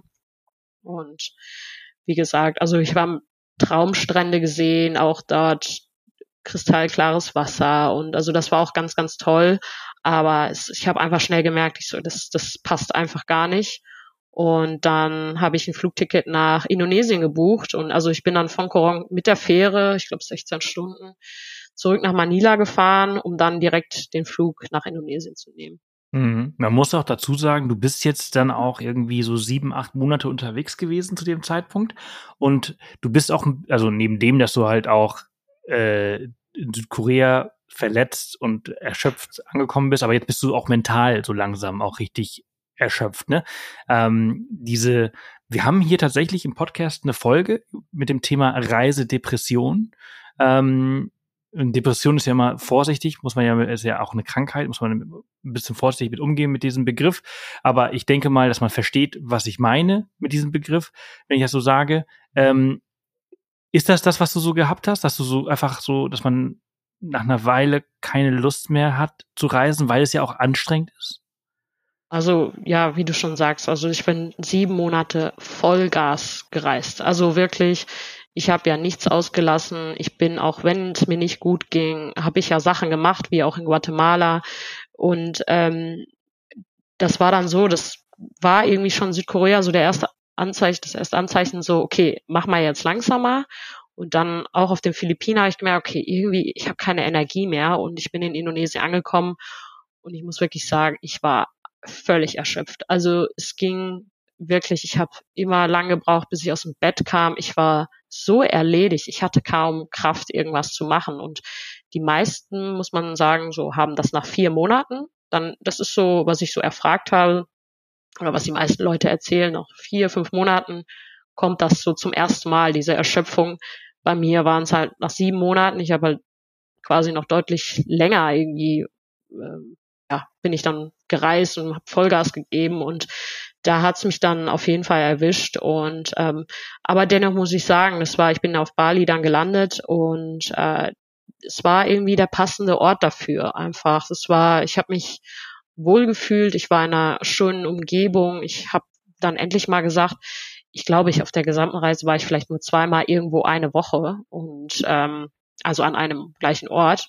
Und wie gesagt, also ich habe Traumstrände gesehen, auch dort kristallklares Wasser und also das war auch ganz, ganz toll. Aber es, ich habe einfach schnell gemerkt, ich so, das, das passt einfach gar nicht. Und dann habe ich ein Flugticket nach Indonesien gebucht und also ich bin dann von Coron mit der Fähre, ich glaube sechzehn Stunden, zurück nach Manila gefahren, um dann direkt den Flug nach Indonesien zu nehmen. Mhm. Man muss auch dazu sagen, du bist jetzt dann auch irgendwie so sieben, acht Monate unterwegs gewesen zu dem Zeitpunkt und du bist auch, also neben dem, dass du halt auch äh, in Südkorea verletzt und erschöpft angekommen bist, aber jetzt bist du auch mental so langsam auch richtig erschöpft, ne? Ähm, diese, wir haben hier tatsächlich im Podcast eine Folge mit dem Thema Reisedepression. Ähm, Depression ist ja immer vorsichtig, muss man ja, ist ja auch eine Krankheit, muss man ein bisschen vorsichtig mit umgehen mit diesem Begriff. Aber ich denke mal, dass man versteht, was ich meine mit diesem Begriff, wenn ich das so sage. Ähm, ist das das, was du so gehabt hast, dass du so einfach so, dass man nach einer Weile keine Lust mehr hat zu reisen, weil es ja auch anstrengend ist? Also ja, wie du schon sagst, also ich bin sieben Monate Vollgas gereist. Also wirklich, ich habe ja nichts ausgelassen. Ich bin, auch wenn es mir nicht gut ging, habe ich ja Sachen gemacht, wie auch in Guatemala. Und ähm, das war dann so, das war irgendwie schon Südkorea so der erste Anzeichen, das erste Anzeichen so, okay, mach mal jetzt langsamer. Und dann auch auf den Philippinen habe ich gemerkt, okay, irgendwie, ich habe keine Energie mehr und ich bin in Indonesien angekommen und ich muss wirklich sagen, ich war völlig erschöpft. Also es ging wirklich, ich habe immer lange gebraucht, bis ich aus dem Bett kam. Ich war so erledigt, ich hatte kaum Kraft, irgendwas zu machen. Und die meisten, muss man sagen, so haben das nach vier Monaten. Dann, das ist so, was ich so erfragt habe, oder was die meisten Leute erzählen, nach vier, fünf Monaten kommt das so zum ersten Mal, diese Erschöpfung. Bei mir waren es halt nach sieben Monaten. Ich habe halt quasi noch deutlich länger irgendwie, ähm, ja, bin ich dann gereist und habe Vollgas gegeben und da hat's mich dann auf jeden Fall erwischt und ähm, aber dennoch muss ich sagen, das war, ich bin auf Bali dann gelandet und äh, es war irgendwie der passende Ort dafür einfach. Es war, ich habe mich wohlgefühlt, ich war in einer schönen Umgebung, ich habe dann endlich mal gesagt, ich glaube, ich auf der gesamten Reise war ich vielleicht nur zweimal irgendwo eine Woche und ähm, also an einem gleichen Ort.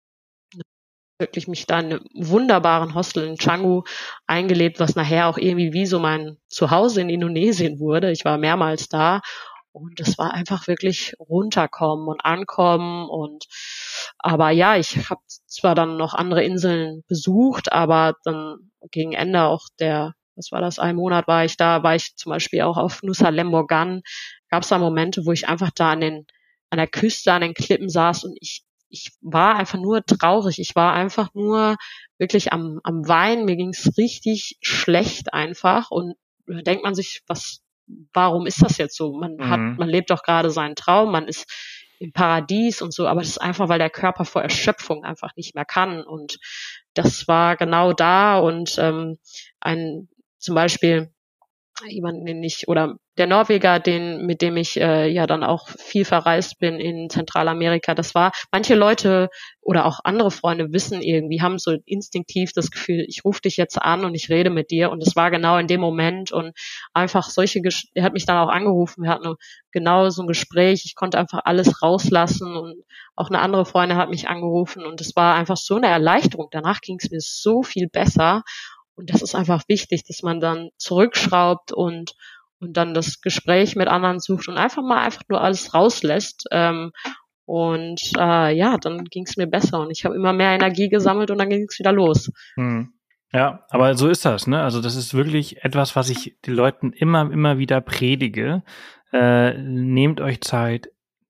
Wirklich mich da in einem wunderbaren Hostel in Canggu eingelebt, was nachher auch irgendwie wie so mein Zuhause in Indonesien wurde. Ich war mehrmals da und es war einfach wirklich runterkommen und ankommen und aber ja, ich habe zwar dann noch andere Inseln besucht, aber dann gegen Ende auch der, was war das, ein Monat war ich da, war ich zum Beispiel auch auf Nusa Lembongan, gab es da Momente, wo ich einfach da an den an der Küste, an den Klippen saß und ich ich war einfach nur traurig. Ich war einfach nur wirklich am, am Weinen. Mir ging's richtig schlecht einfach. Und da denkt man sich, was, warum ist das jetzt so? Man hat, Mhm. man lebt doch gerade seinen Traum, man ist im Paradies und so, aber das ist einfach, weil der Körper vor Erschöpfung einfach nicht mehr kann. Und das war genau da und ähm, ein zum Beispiel jemanden, den ich, oder der Norweger, den, mit dem ich äh, ja dann auch viel verreist bin in Zentralamerika, das war, manche Leute oder auch andere Freunde wissen irgendwie, haben so instinktiv das Gefühl, ich rufe dich jetzt an und ich rede mit dir und das war genau in dem Moment und einfach solche, Ges- er hat mich dann auch angerufen, wir hatten genau so ein Gespräch, ich konnte einfach alles rauslassen und auch eine andere Freundin hat mich angerufen und es war einfach so eine Erleichterung, danach ging es mir so viel besser. Und das ist einfach wichtig, dass man dann zurückschraubt und und dann das Gespräch mit anderen sucht und einfach mal einfach nur alles rauslässt. Ähm, und äh, ja, dann ging es mir besser und ich habe immer mehr Energie gesammelt und dann ging es wieder los. Mhm. Ja, aber so ist das, ne? Also das ist wirklich etwas, was ich den Leuten immer, immer wieder predige. Äh, nehmt euch Zeit,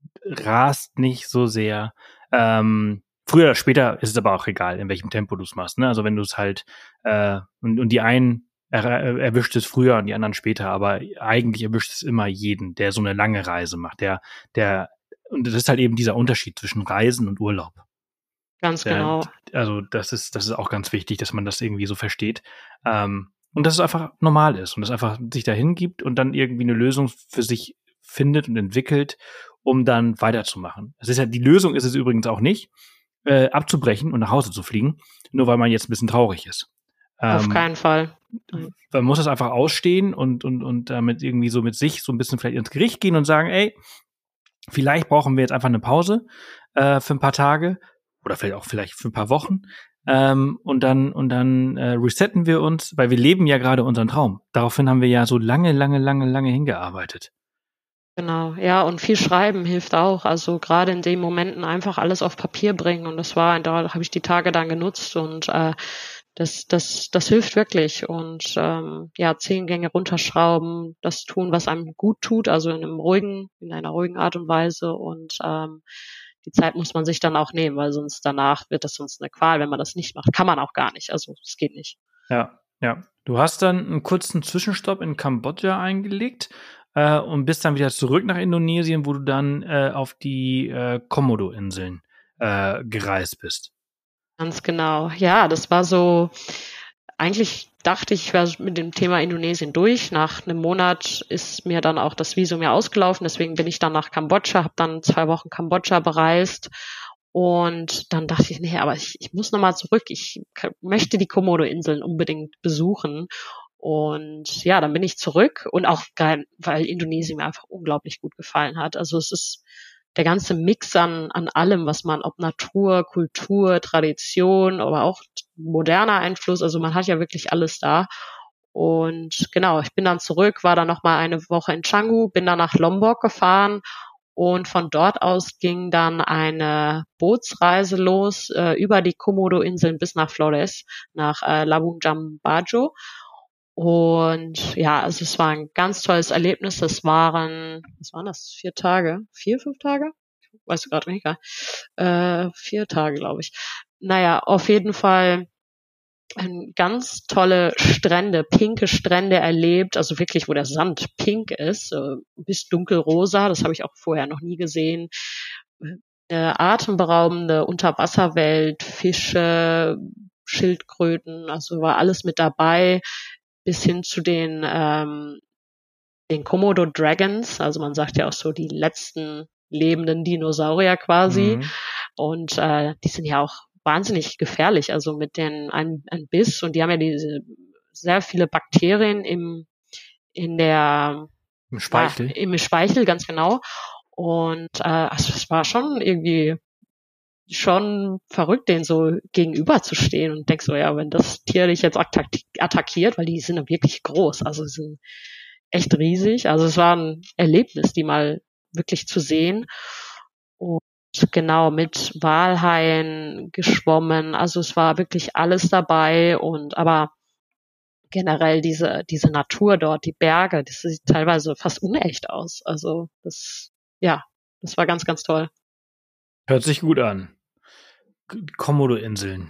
rast nicht so sehr. Ähm, früher oder später ist es aber auch egal, in welchem Tempo du es machst, ne? Also wenn du es halt äh, und, und die einen er, erwischt es früher und die anderen später, aber eigentlich erwischt es immer jeden, der so eine lange Reise macht, der, der, und das ist halt eben dieser Unterschied zwischen Reisen und Urlaub. Ganz Ja, genau. also das ist, das ist auch ganz wichtig, dass man das irgendwie so versteht. Ähm, und dass es einfach normal ist und dass einfach sich dahin gibt und dann irgendwie eine Lösung für sich findet und entwickelt, um dann weiterzumachen. Es ist ja, die Lösung ist es übrigens auch nicht, äh, abzubrechen und nach Hause zu fliegen, nur weil man jetzt ein bisschen traurig ist. Auf Ähm, keinen Fall. Man muss es einfach ausstehen und, und, und damit irgendwie so mit sich so ein bisschen vielleicht ins Gericht gehen und sagen, ey, vielleicht brauchen wir jetzt einfach eine Pause äh, für ein paar Tage oder vielleicht auch vielleicht für ein paar Wochen. Ähm, und dann und dann äh, resetten wir uns, weil wir leben ja gerade unseren Traum. Daraufhin haben wir ja so lange, lange, lange, lange hingearbeitet. Genau, ja, und viel schreiben hilft auch. Also gerade in den Momenten einfach alles auf Papier bringen. Und das war, da habe ich die Tage dann genutzt und äh, das, das, das hilft wirklich. Und ähm, ja, zehn Gänge runterschrauben, das tun, was einem gut tut, also in einem ruhigen, in einer ruhigen Art und Weise. Und ähm, die Zeit muss man sich dann auch nehmen, weil sonst danach wird das sonst eine Qual, wenn man das nicht macht. Kann man auch gar nicht. Also es geht nicht. Ja, ja. Du hast dann einen kurzen Zwischenstopp in Kambodscha eingelegt äh, und bist dann wieder zurück nach Indonesien, wo du dann äh, auf die äh, Komodo-Inseln äh, gereist bist. Ganz genau. Ja, das war so, eigentlich dachte ich, ich wäre mit dem Thema Indonesien durch. Nach einem Monat ist mir dann auch das Visum ja ausgelaufen. Deswegen bin ich dann nach Kambodscha, habe dann zwei Wochen Kambodscha bereist Und dann dachte ich, nee, aber ich, ich muss nochmal zurück. Ich k- möchte die Komodo-Inseln unbedingt besuchen. Und ja, dann bin ich zurück und auch geil, weil Indonesien mir einfach unglaublich gut gefallen hat. Also es ist der ganze Mix an, an allem, was man, ob Natur, Kultur, Tradition, aber auch moderner Einfluss. Also man hat ja wirklich alles da. Und genau, ich bin dann zurück, war dann nochmal eine Woche in Canggu, bin dann nach Lombok gefahren und von dort aus ging dann eine Bootsreise los äh, über die Komodo-Inseln bis nach Flores, nach äh, Labung Jambajo. Und ja, also es war ein ganz tolles Erlebnis. Das waren, was waren das? Vier Tage? Vier, fünf Tage? Weißt du gerade nicht, gell? Äh, vier Tage, glaube ich. Naja, auf jeden Fall ähm, ganz tolle Strände, pinke Strände erlebt, also wirklich, wo der Sand pink ist, äh, bis dunkelrosa, das habe ich auch vorher noch nie gesehen. Eine atemberaubende Unterwasserwelt, Fische, Schildkröten, also war alles mit dabei, bis hin zu den ähm, den Komodo Dragons, also man sagt ja auch so die letzten lebenden Dinosaurier quasi. Mhm. Und äh, die sind ja auch wahnsinnig gefährlich, also mit den ein, ein Biss und die haben ja diese sehr viele Bakterien im in der Im ja, Speichel. im Speichel, ganz genau. Und äh, also es war schon irgendwie schon verrückt, denen so gegenüberzustehen und denk so, ja, wenn das Tier dich jetzt attack attackiert, weil die sind ja wirklich groß, also sie sind echt riesig. Also es war ein Erlebnis, die mal wirklich zu sehen. Und genau, mit Walhaien geschwommen. Also es war wirklich alles dabei und aber generell diese, diese Natur dort, die Berge, das sieht teilweise fast unecht aus. Also das, ja, das war ganz, ganz toll. Hört sich gut an. K- Komodo-Inseln.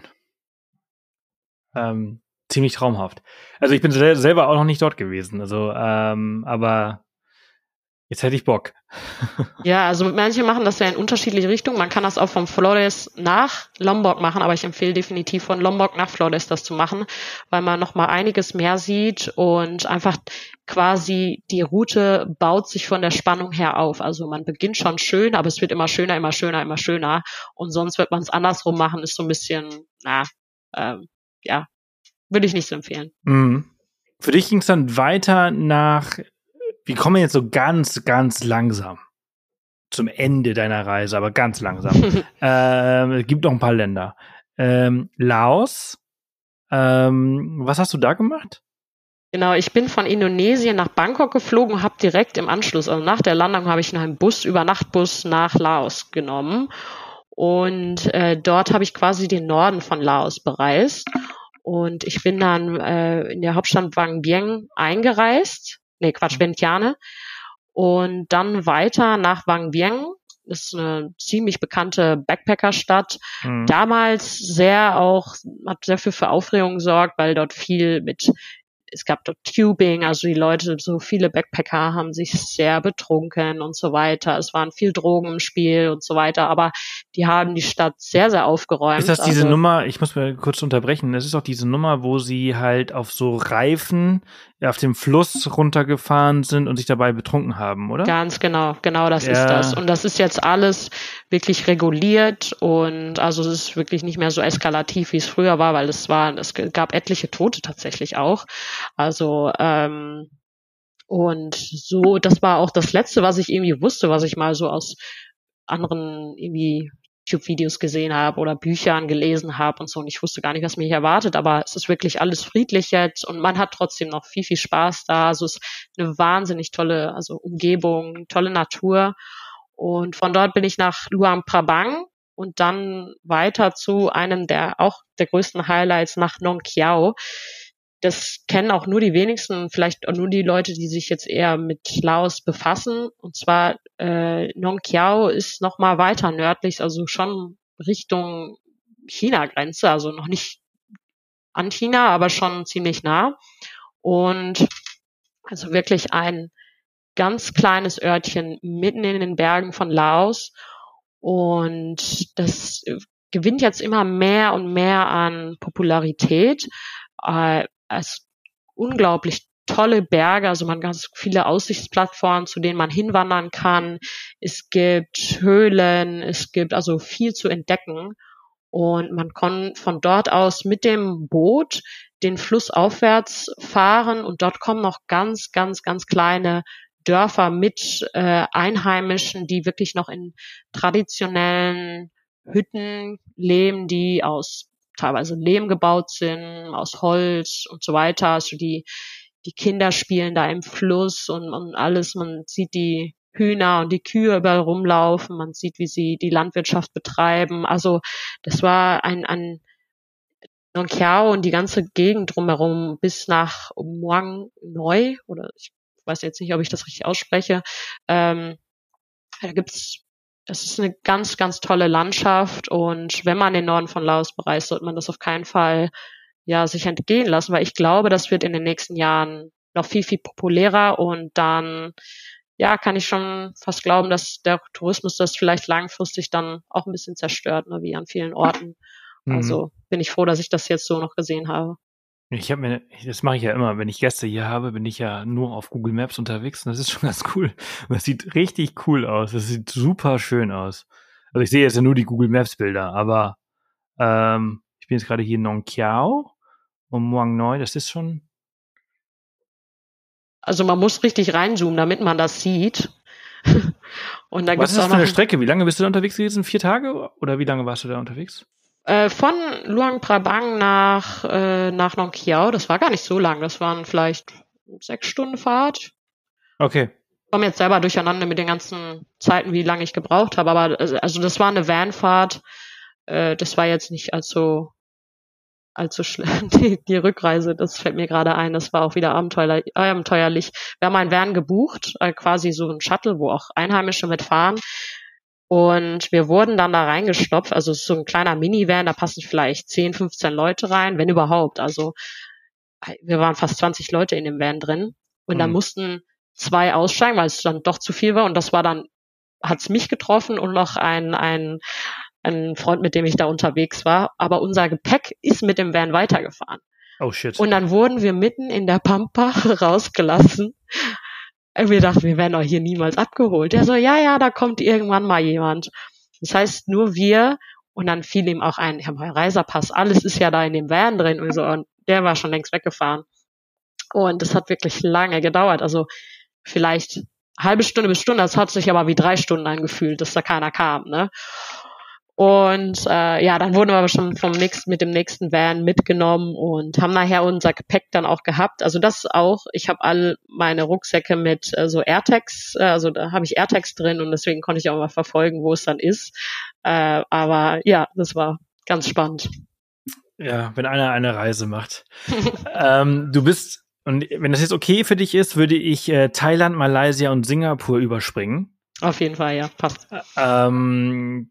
Ähm, ziemlich traumhaft. Also ich bin sel selber auch noch nicht dort gewesen. Also, ähm, aber jetzt hätte ich Bock. Ja, also manche machen das ja in unterschiedliche Richtungen. Man kann das auch von Flores nach Lombok machen, aber ich empfehle definitiv von Lombok nach Flores das zu machen, weil man noch mal einiges mehr sieht und einfach quasi die Route baut sich von der Spannung her auf. Also man beginnt schon schön, aber es wird immer schöner, immer schöner, immer schöner. Und sonst wird man es andersrum machen, ist so ein bisschen, na, ähm, ja, würde ich nicht so empfehlen. Mhm. Für dich ging es dann weiter nach, wir kommen jetzt so ganz, ganz langsam zum Ende deiner Reise, aber ganz langsam. ähm, es gibt noch ein paar Länder. Ähm, Laos, ähm, was hast du da gemacht? Genau, ich bin von Indonesien nach Bangkok geflogen und habe direkt im Anschluss, also nach der Landung, habe ich noch einen Bus, Übernachtbus nach Laos genommen. Und äh, dort habe ich quasi den Norden von Laos bereist. Und ich bin dann äh, in der Hauptstadt Vang Vieng eingereist. Nee, Quatsch, Vientiane. Und dann weiter nach Vang Vieng. Das ist eine ziemlich bekannte Backpackerstadt. Mhm. Damals sehr auch, hat sehr viel für Aufregung gesorgt, weil dort viel mit es gab dort Tubing, also die Leute, so viele Backpacker haben sich sehr betrunken und so weiter. Es waren viel Drogen im Spiel und so weiter, aber die haben die Stadt sehr, sehr aufgeräumt. Ist das diese also, Nummer, ich muss mal kurz unterbrechen, das ist auch diese Nummer, wo sie halt auf so Reifen auf dem Fluss runtergefahren sind und sich dabei betrunken haben, oder? Ganz genau, genau das Ja. ist das. Und das ist jetzt alles wirklich reguliert und also es ist wirklich nicht mehr so eskalativ, wie es früher war, weil es war, es gab etliche Tote tatsächlich auch. Also ähm, und so, das war auch das Letzte, was ich irgendwie wusste, was ich mal so aus anderen irgendwie YouTube-Videos gesehen habe oder Büchern gelesen habe und so. Und ich wusste gar nicht, was mich erwartet, aber es ist wirklich alles friedlich jetzt und man hat trotzdem noch viel, viel Spaß da. Also es ist eine wahnsinnig tolle, also Umgebung, tolle Natur. Und von dort bin ich nach Luang Prabang und dann weiter zu einem der auch der größten Highlights nach Nong Kiao. Das kennen auch nur die wenigsten, vielleicht auch nur die Leute, die sich jetzt eher mit Laos befassen. Und zwar äh, Nong Kiao ist noch mal weiter nördlich, also schon Richtung China-Grenze, also noch nicht an China, aber schon ziemlich nah. Und also wirklich ein ganz kleines Örtchen mitten in den Bergen von Laos. Und das gewinnt jetzt immer mehr und mehr an Popularität. Äh, als unglaublich tolle Berge, also man hat ganz viele Aussichtsplattformen, zu denen man hinwandern kann. Es gibt Höhlen, es gibt also viel zu entdecken. Und man kann von dort aus mit dem Boot den Fluss aufwärts fahren und dort kommen noch ganz, ganz, ganz kleine Dörfer mit äh, Einheimischen, die wirklich noch in traditionellen Hütten leben, die aus teilweise Lehm gebaut sind, aus Holz und so weiter. Also die, die Kinder spielen da im Fluss und, und alles. Man sieht die Hühner und die Kühe überall rumlaufen. Man sieht, wie sie die Landwirtschaft betreiben. Also das war ein, ein Nong Khiao und die ganze Gegend drumherum bis nach Muang Noi, oder ich weiß jetzt nicht, ob ich das richtig ausspreche. Ähm, da gibt's, es ist eine ganz, ganz tolle Landschaft und wenn man den Norden von Laos bereist, sollte man das auf keinen Fall ja sich entgehen lassen, weil ich glaube, das wird in den nächsten Jahren noch viel, viel populärer und dann ja, kann ich schon fast glauben, dass der Tourismus das vielleicht langfristig dann auch ein bisschen zerstört, ne, wie an vielen Orten. Mhm. Also bin ich froh, dass ich das jetzt so noch gesehen habe. Ich habe mir, das mache ich ja immer, wenn ich Gäste hier habe, bin ich ja nur auf Google Maps unterwegs und das ist schon ganz cool. Das sieht richtig cool aus. Das sieht super schön aus. Also ich sehe jetzt ja nur die Google Maps Bilder, aber ähm, ich bin jetzt gerade hier in Nong Khiao und Muang Noi, das ist schon. Also man muss richtig reinzoomen, damit man das sieht. Und da Was gibt's ist das auch für noch eine Strecke? Wie lange bist du da unterwegs gewesen? Vier Tage? Oder wie lange warst du da unterwegs? Äh, von Luang Prabang nach, äh, nach Nong Khiao, das war gar nicht so lang, das waren vielleicht sechs Stunden Fahrt. Okay. Ich komme jetzt selber durcheinander mit den ganzen Zeiten, wie lange ich gebraucht habe, aber also das war eine Vanfahrt, äh, das war jetzt nicht allzu, allzu schlimm. Die, die Rückreise, das fällt mir gerade ein, das war auch wieder abenteuerlich. abenteuerlich. Wir haben ein Van gebucht, äh, quasi so ein Shuttle, wo auch Einheimische mitfahren. Und wir wurden dann da reingestopft, also es ist so ein kleiner Minivan, da passen vielleicht zehn, fünfzehn Leute rein, wenn überhaupt. Also wir waren fast zwanzig Leute in dem Van drin und dann Mhm. mussten zwei aussteigen, weil es dann doch zu viel war und das war dann, hat's mich getroffen und noch ein, ein, ein Freund, mit dem ich da unterwegs war. Aber unser Gepäck ist mit dem Van weitergefahren. Oh shit. Und dann wurden wir mitten in der Pampa rausgelassen. Wir dachten, wir werden auch hier niemals abgeholt. Der so, ja, ja, da kommt irgendwann mal jemand. Das heißt, nur wir, und dann fiel ihm auch ein, ja, mein Reisepass, alles ist ja da in dem Van drin und so, und der war schon längst weggefahren. Und das hat wirklich lange gedauert, also vielleicht halbe Stunde bis Stunde, das hat sich aber wie drei Stunden angefühlt, dass da keiner kam, ne? Und äh, ja, dann wurden wir aber schon vom nächsten, mit dem nächsten Van mitgenommen und haben nachher unser Gepäck dann auch gehabt. Also das auch, ich habe all meine Rucksäcke mit äh, so AirTags, äh, also da habe ich AirTags drin und deswegen konnte ich auch mal verfolgen, wo es dann ist. Äh, aber ja, das war ganz spannend. Ja, wenn einer eine Reise macht. ähm, du bist, und wenn das jetzt okay für dich ist, würde ich äh, Thailand, Malaysia und Singapur überspringen. Auf jeden Fall, ja, passt. Ähm,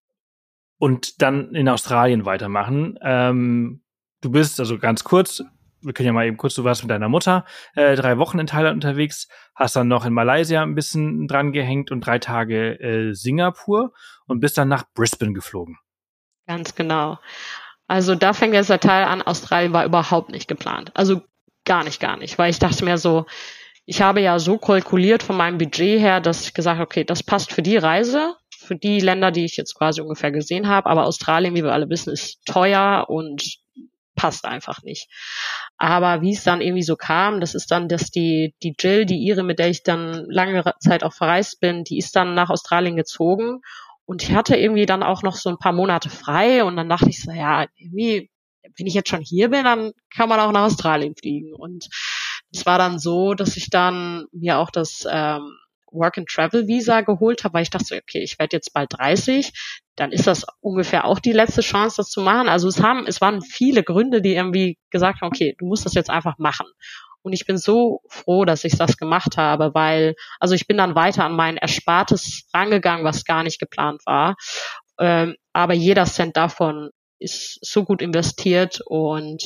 und dann in Australien weitermachen. Ähm, du bist, also ganz kurz, wir können ja mal eben kurz, du warst mit deiner Mutter äh, drei Wochen in Thailand unterwegs, hast dann noch in Malaysia ein bisschen dran gehängt und drei Tage äh, Singapur und bist dann nach Brisbane geflogen. Ganz genau. Also da fängt jetzt der Teil an, Australien war überhaupt nicht geplant. Also gar nicht, gar nicht, weil ich dachte mir so, ich habe ja so kalkuliert von meinem Budget her, dass ich gesagt habe, okay, das passt für die Reise, für die Länder, die ich jetzt quasi ungefähr gesehen habe, aber Australien, wie wir alle wissen, ist teuer und passt einfach nicht. Aber wie es dann irgendwie so kam, das ist dann, dass die, die Jill, die Ire, mit der ich dann lange Zeit auch verreist bin, die ist dann nach Australien gezogen und ich hatte irgendwie dann auch noch so ein paar Monate frei und dann dachte ich so, ja, irgendwie, wenn ich jetzt schon hier bin, dann kann man auch nach Australien fliegen. Und es war dann so, dass ich dann mir auch das ähm, Work-and-Travel-Visa geholt habe, weil ich dachte, okay, ich werde jetzt bald dreißig, dann ist das ungefähr auch die letzte Chance, das zu machen. Also es haben, es waren viele Gründe, die irgendwie gesagt haben, okay, du musst das jetzt einfach machen. Und ich bin so froh, dass ich das gemacht habe, weil, also ich bin dann weiter an mein Erspartes rangegangen, was gar nicht geplant war. Ähm, aber jeder Cent davon ist so gut investiert und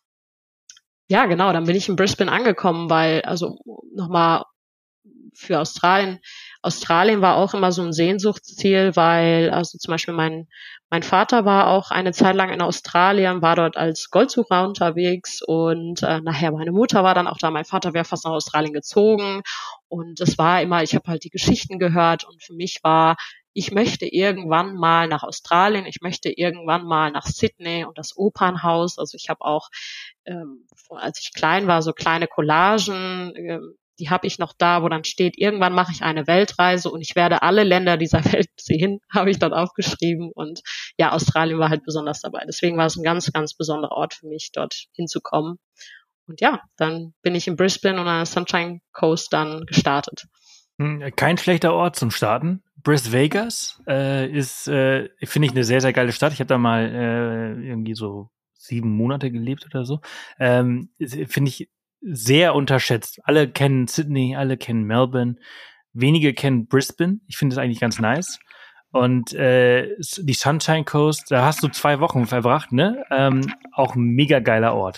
ja, genau, dann bin ich in Brisbane angekommen, weil, also nochmal für Australien, Australien war auch immer so ein Sehnsuchtsziel, weil also zum Beispiel mein mein Vater war auch eine Zeit lang in Australien, war dort als Goldsucher unterwegs und äh, nachher meine Mutter war dann auch da. Mein Vater wäre fast nach Australien gezogen und es war immer, ich habe halt die Geschichten gehört und für mich war, ich möchte irgendwann mal nach Australien, ich möchte irgendwann mal nach Sydney und das Opernhaus. Also ich habe auch, ähm, als ich klein war, so kleine Collagen, ähm, die habe ich noch da, wo dann steht, irgendwann mache ich eine Weltreise und ich werde alle Länder dieser Welt sehen, habe ich dort aufgeschrieben. Und ja, Australien war halt besonders dabei. Deswegen war es ein ganz, ganz besonderer Ort für mich, dort hinzukommen. Und ja, dann bin ich in Brisbane und an der Sunshine Coast dann gestartet. Kein schlechter Ort zum Starten. Bris Vegas äh, ist, äh, finde ich, eine sehr, sehr geile Stadt. Ich habe da mal äh, irgendwie so sieben Monate gelebt oder so. Ähm, finde ich sehr unterschätzt. Alle kennen Sydney, alle kennen Melbourne. Wenige kennen Brisbane. Ich finde es eigentlich ganz nice. Und äh, die Sunshine Coast, da hast du zwei Wochen verbracht, ne? Ähm, auch ein mega geiler Ort.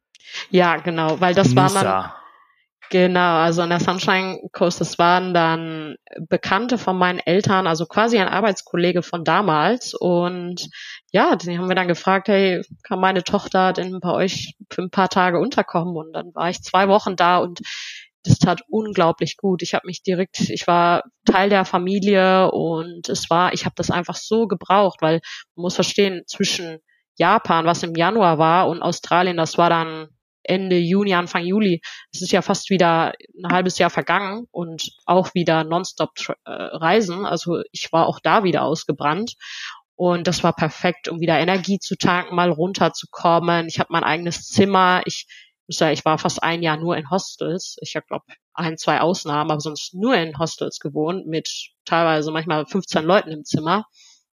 Ja, genau, weil das Noosa. war dann Genau, also an der Sunshine Coast, das waren dann Bekannte von meinen Eltern, also quasi ein Arbeitskollege von damals. Und ja, die haben wir dann gefragt, hey, kann meine Tochter denn bei euch für ein paar Tage unterkommen? Und dann war ich zwei Wochen da und das tat unglaublich gut. Ich habe mich direkt, ich war Teil der Familie und es war, ich habe das einfach so gebraucht, weil man muss verstehen, zwischen Japan, was im Januar war, und Australien, das war dann Ende Juni, Anfang Juli. Es ist ja fast wieder ein halbes Jahr vergangen und auch wieder nonstop äh, Reisen. Also ich war auch da wieder ausgebrannt und das war perfekt, um wieder Energie zu tanken, mal runterzukommen. Ich habe mein eigenes Zimmer. Ich muss sagen, ich war fast ein Jahr nur in Hostels. Ich habe, glaube ein, zwei Ausnahmen, aber sonst nur in Hostels gewohnt mit teilweise manchmal fünfzehn Leuten im Zimmer.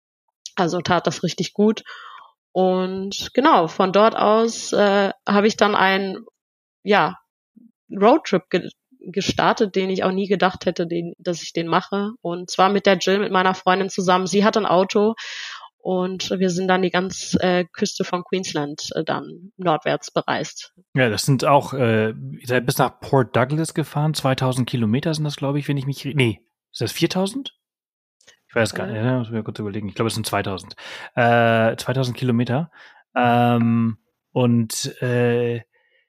Also tat das richtig gut. Und genau, von dort aus äh, habe ich dann einen ja, Roadtrip ge- gestartet, den ich auch nie gedacht hätte, den, dass ich den mache. Und zwar mit der Jill, mit meiner Freundin zusammen. Sie hat ein Auto und wir sind dann die ganze äh, Küste von Queensland äh, dann nordwärts bereist. Ja, das sind auch, äh, ihr seid bis nach Port Douglas gefahren, zweitausend Kilometer sind das, glaube ich, wenn ich mich, nee, ist das viertausend? Ich weiß gar nicht, ja, muss mir kurz überlegen. Ich glaube, es sind zweitausend. Äh, zweitausend Kilometer. Ähm, und äh,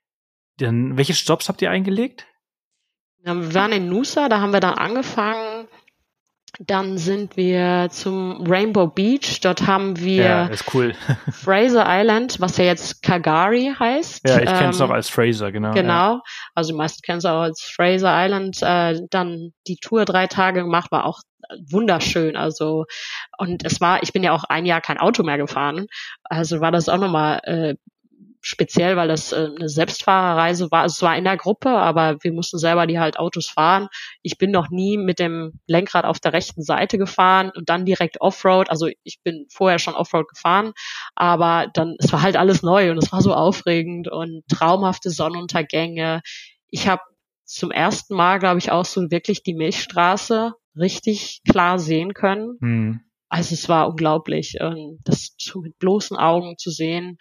dann, welche Stops habt ihr eingelegt? Ja, wir waren in Noosa, da haben wir dann angefangen. Dann sind wir zum Rainbow Beach. Dort haben wir Ja, ist cool. Fraser Island, was ja jetzt Calgary heißt. Ja, ich kenne es ähm, auch als Fraser, genau. Genau, Ja. also die meisten kennen es auch als Fraser Island. Äh, dann die Tour drei Tage gemacht, war auch wunderschön. Also und es war, ich bin ja auch ein Jahr kein Auto mehr gefahren, also war das auch nochmal äh, speziell, weil das äh, eine Selbstfahrerreise war. Also es war in der Gruppe, aber wir mussten selber die halt Autos fahren. Ich bin noch nie mit dem Lenkrad auf der rechten Seite gefahren und dann direkt Offroad. Also ich bin vorher schon Offroad gefahren, aber dann, es war halt alles neu und es war so aufregend und traumhafte Sonnenuntergänge. Ich habe zum ersten Mal, glaube ich, auch so wirklich die Milchstraße richtig klar sehen können. Hm. Also es war unglaublich, das mit bloßen Augen zu sehen.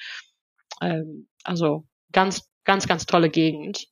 Also ganz, ganz, ganz tolle Gegend.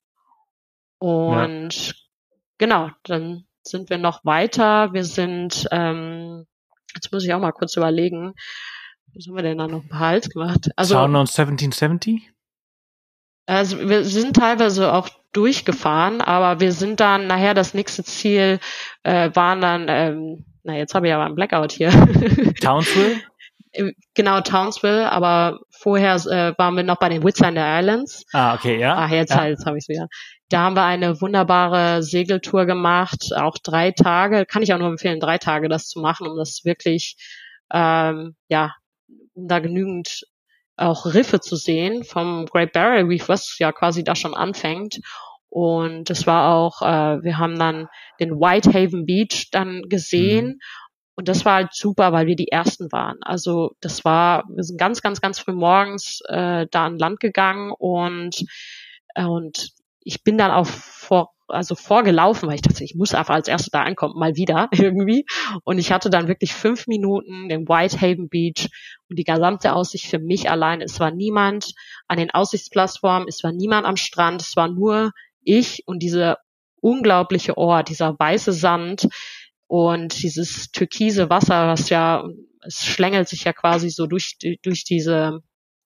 Und ja. Genau, dann sind wir noch weiter. Wir sind, ähm, jetzt muss ich auch mal kurz überlegen, was haben wir denn da noch Halt gemacht? Also Town on siebzehn siebzig? Also wir sind teilweise auch durchgefahren, aber wir sind dann nachher das nächste Ziel äh, waren dann, ähm, na jetzt habe ich aber einen Blackout hier. Townsville? Genau, Townsville, aber vorher äh, waren wir noch bei den Whitsunday Islands. Ah, okay, ja. Ah, jetzt, ja. jetzt habe ich es wieder. Da haben wir eine wunderbare Segeltour gemacht, auch drei Tage. Kann ich auch nur empfehlen, drei Tage das zu machen, um das wirklich, ähm, ja, um da genügend auch Riffe zu sehen vom Great Barrier Reef, was ja quasi da schon anfängt. Und das war auch, äh, wir haben dann den Whitehaven Beach dann gesehen. Mhm. Und das war halt super, weil wir die Ersten waren. Also das war, wir sind ganz, ganz, ganz früh morgens äh, da an Land gegangen und äh, und ich bin dann auch vor, also vorgelaufen, weil ich dachte, ich muss einfach als Erste da ankommen, mal wieder irgendwie. Und ich hatte dann wirklich fünf Minuten den Whitehaven Beach und die gesamte Aussicht für mich allein. Es war niemand an den Aussichtsplattformen, es war niemand am Strand, es war nur ich und dieser unglaubliche Ort, dieser weiße Sand. Und dieses türkise Wasser, was ja, es schlängelt sich ja quasi so durch, durch diese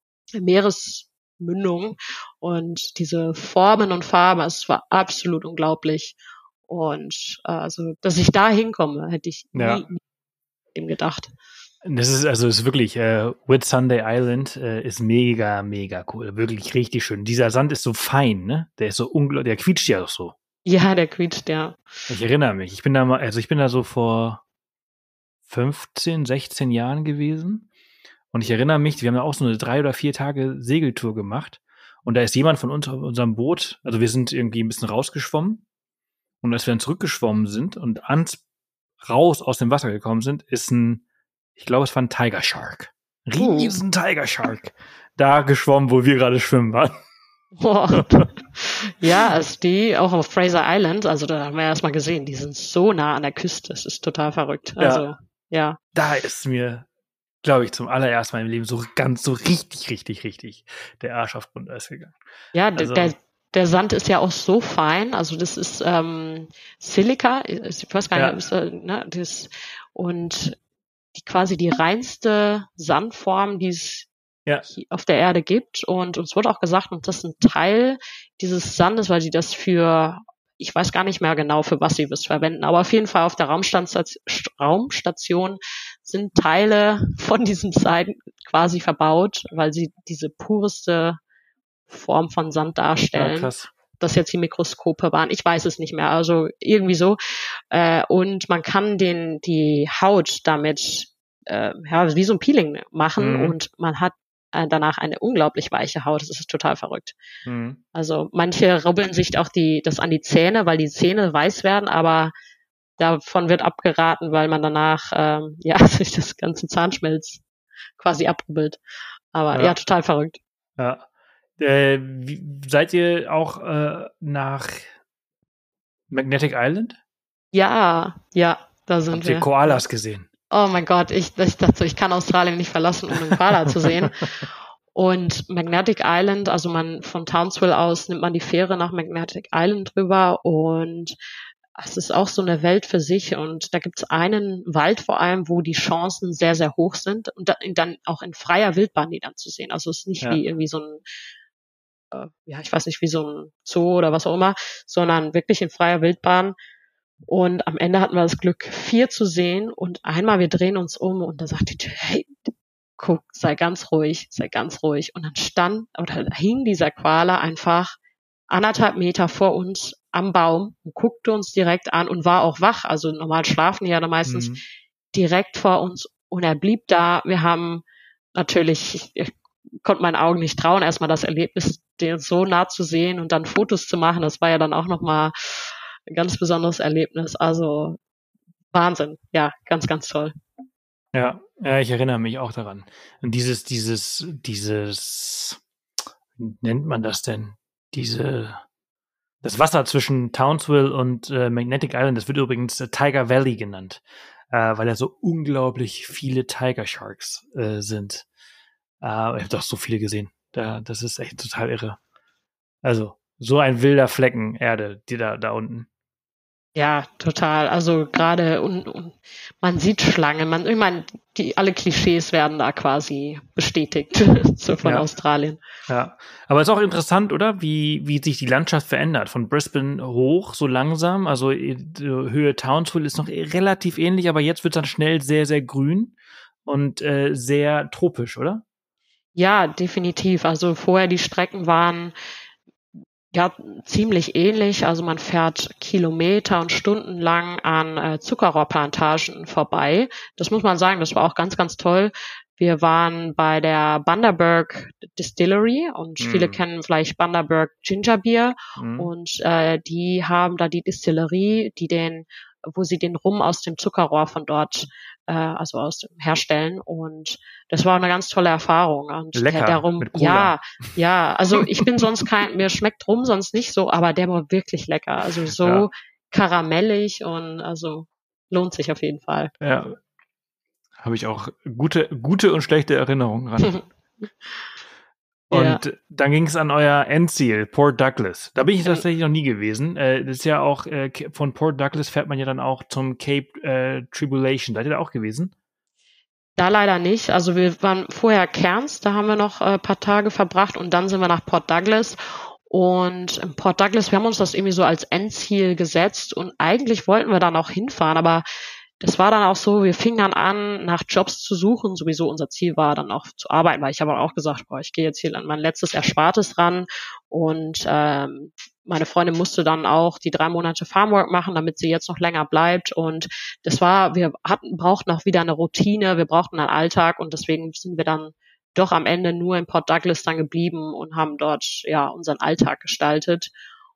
Meeresmündung und diese Formen und Farben, es war absolut unglaublich. Und äh, also, dass ich da hinkomme, hätte ich Ja. nie, nie eben gedacht. Das ist also ist wirklich äh, Whitsunday Island äh, ist mega mega cool, wirklich richtig schön. Dieser Sand ist so fein, ne? Der ist so unglaublich, der quietscht ja auch so. Ja, der quietscht, ja. Ich erinnere mich, ich bin da mal, also ich bin da so vor fünfzehn, sechzehn Jahren gewesen und ich erinnere mich, wir haben da auch so eine drei oder vier Tage Segeltour gemacht und da ist jemand von uns auf unserem Boot, also wir sind irgendwie ein bisschen rausgeschwommen und als wir dann zurückgeschwommen sind und ans raus aus dem Wasser gekommen sind, ist ein, ich glaube, es war ein Tiger Shark. Riesen Tiger Shark. Da geschwommen, wo wir gerade schwimmen waren. Boah. Ja, also die auch auf Fraser Island, also da haben wir erstmal gesehen, die sind so nah an der Küste, es ist total verrückt. Also, ja. ja. Da ist mir, glaube ich, zum allerersten Mal im Leben so ganz, so richtig, richtig, richtig der Arsch auf Grundeis gegangen. Ja, also, der, der Sand ist ja auch so fein, also das ist ähm, Silica, ich weiß gar nicht, ja. ne, das, und die quasi die reinste Sandform, die es ja. auf der Erde gibt. Und uns wurde auch gesagt, und das ist ein Teil dieses Sandes, weil sie das für, ich weiß gar nicht mehr genau, für was sie das verwenden, aber auf jeden Fall auf der Raumstation sind Teile von diesem Sand quasi verbaut, weil sie diese pureste Form von Sand darstellen. Ja, krass. Das jetzt die Mikroskope waren. Ich weiß es nicht mehr. Also irgendwie so. Äh, und man kann den die Haut damit äh, ja, wie so ein Peeling machen mhm. und man hat äh, danach eine unglaublich weiche Haut. Das ist total verrückt. Mhm. Also manche rubbeln sich auch die das an die Zähne, weil die Zähne weiß werden, aber davon wird abgeraten, weil man danach ähm, ja sich das ganze Zahnschmelz quasi abrubbelt. Aber ja, ja total verrückt. Ja. Äh, wie, seid ihr auch äh, nach Magnetic Island? Ja, ja, da sind Habt wir. Habt ihr Koalas gesehen? Oh mein Gott, ich, ich dachte so, ich kann Australien nicht verlassen, um einen Koala zu sehen. Und Magnetic Island, also man von Townsville aus nimmt man die Fähre nach Magnetic Island rüber und es ist auch so eine Welt für sich und da gibt's einen Wald vor allem, wo die Chancen sehr, sehr hoch sind und dann, dann auch in freier Wildbahn die dann zu sehen. Also es ist nicht ja. wie irgendwie so ein ja, ich weiß nicht, wie so ein Zoo oder was auch immer, sondern wirklich in freier Wildbahn. Und am Ende hatten wir das Glück, vier zu sehen und einmal, wir drehen uns um und da sagt die Tür, hey, guck, sei ganz ruhig, sei ganz ruhig. Und dann stand oder hing dieser Koala einfach anderthalb Meter vor uns am Baum und guckte uns direkt an und war auch wach. Also normal schlafen die ja da meistens mhm. direkt vor uns und er blieb da. Wir haben natürlich, ich konnte meinen Augen nicht trauen, erstmal das Erlebnis, den so nah zu sehen und dann Fotos zu machen. Das war ja dann auch nochmal ein ganz besonderes Erlebnis. Also Wahnsinn. Ja, ganz, ganz toll. Ja, ja, ich erinnere mich auch daran. Und dieses, dieses, dieses, wie nennt man das denn? Diese, das Wasser zwischen Townsville und äh, Magnetic Island, das wird übrigens äh, Tiger Valley genannt, äh, weil da so unglaublich viele Tiger Sharks äh, sind. Äh, ich habe doch so viele gesehen. Da, das ist echt total irre. Also, so ein wilder Flecken Erde, die da, da unten. Ja, total. Also gerade und, und man sieht Schlangen, man, ich meine, die alle Klischees werden da quasi bestätigt so von ja. Australien. Ja, aber es ist auch interessant, oder? Wie wie sich die Landschaft verändert von Brisbane hoch so langsam. Also Höhe Townsville ist noch relativ ähnlich, aber jetzt wird es dann schnell sehr sehr grün und äh, sehr tropisch, oder? Ja, definitiv. Also vorher die Strecken waren ja ziemlich ähnlich. Also man fährt Kilometer und Stunden lang an äh, Zuckerrohrplantagen vorbei. Das muss man sagen, das war auch ganz, ganz toll. Wir waren bei der Bundaberg Distillery und mm. viele kennen vielleicht Bundaberg Ginger Beer mm. und äh, die haben da die Distillerie, die den, wo sie den Rum aus dem Zuckerrohr von dort äh, also aus dem herstellen und das war eine ganz tolle Erfahrung und lecker, der Rum, ja, ja, also ich bin sonst kein, mir schmeckt Rum sonst nicht so, aber der war wirklich lecker, also so ja. karamellig und also lohnt sich auf jeden Fall. Ja. Habe ich auch gute, gute und schlechte Erinnerungen dran. Ja. Und dann ging es an euer Endziel, Port Douglas. Da bin ich tatsächlich noch nie gewesen. Äh, das ist ja auch, äh, von Port Douglas fährt man ja dann auch zum Cape äh, Tribulation. Seid ihr da auch gewesen? Da leider nicht. Also wir waren vorher Cairns, da haben wir noch ein äh, paar Tage verbracht und dann sind wir nach Port Douglas. Und in Port Douglas, wir haben uns das irgendwie so als Endziel gesetzt und eigentlich wollten wir dann auch hinfahren, aber das war dann auch so, wir fingen dann an, nach Jobs zu suchen. Sowieso unser Ziel war dann auch zu arbeiten, weil ich habe auch gesagt, boah, ich gehe jetzt hier an mein letztes Erspartes ran. Und ähm, meine Freundin musste dann auch die drei Monate Farmwork machen, damit sie jetzt noch länger bleibt. Und das war, wir hatten, brauchten auch wieder eine Routine, wir brauchten einen Alltag und deswegen sind wir dann doch am Ende nur in Port Douglas dann geblieben und haben dort ja unseren Alltag gestaltet.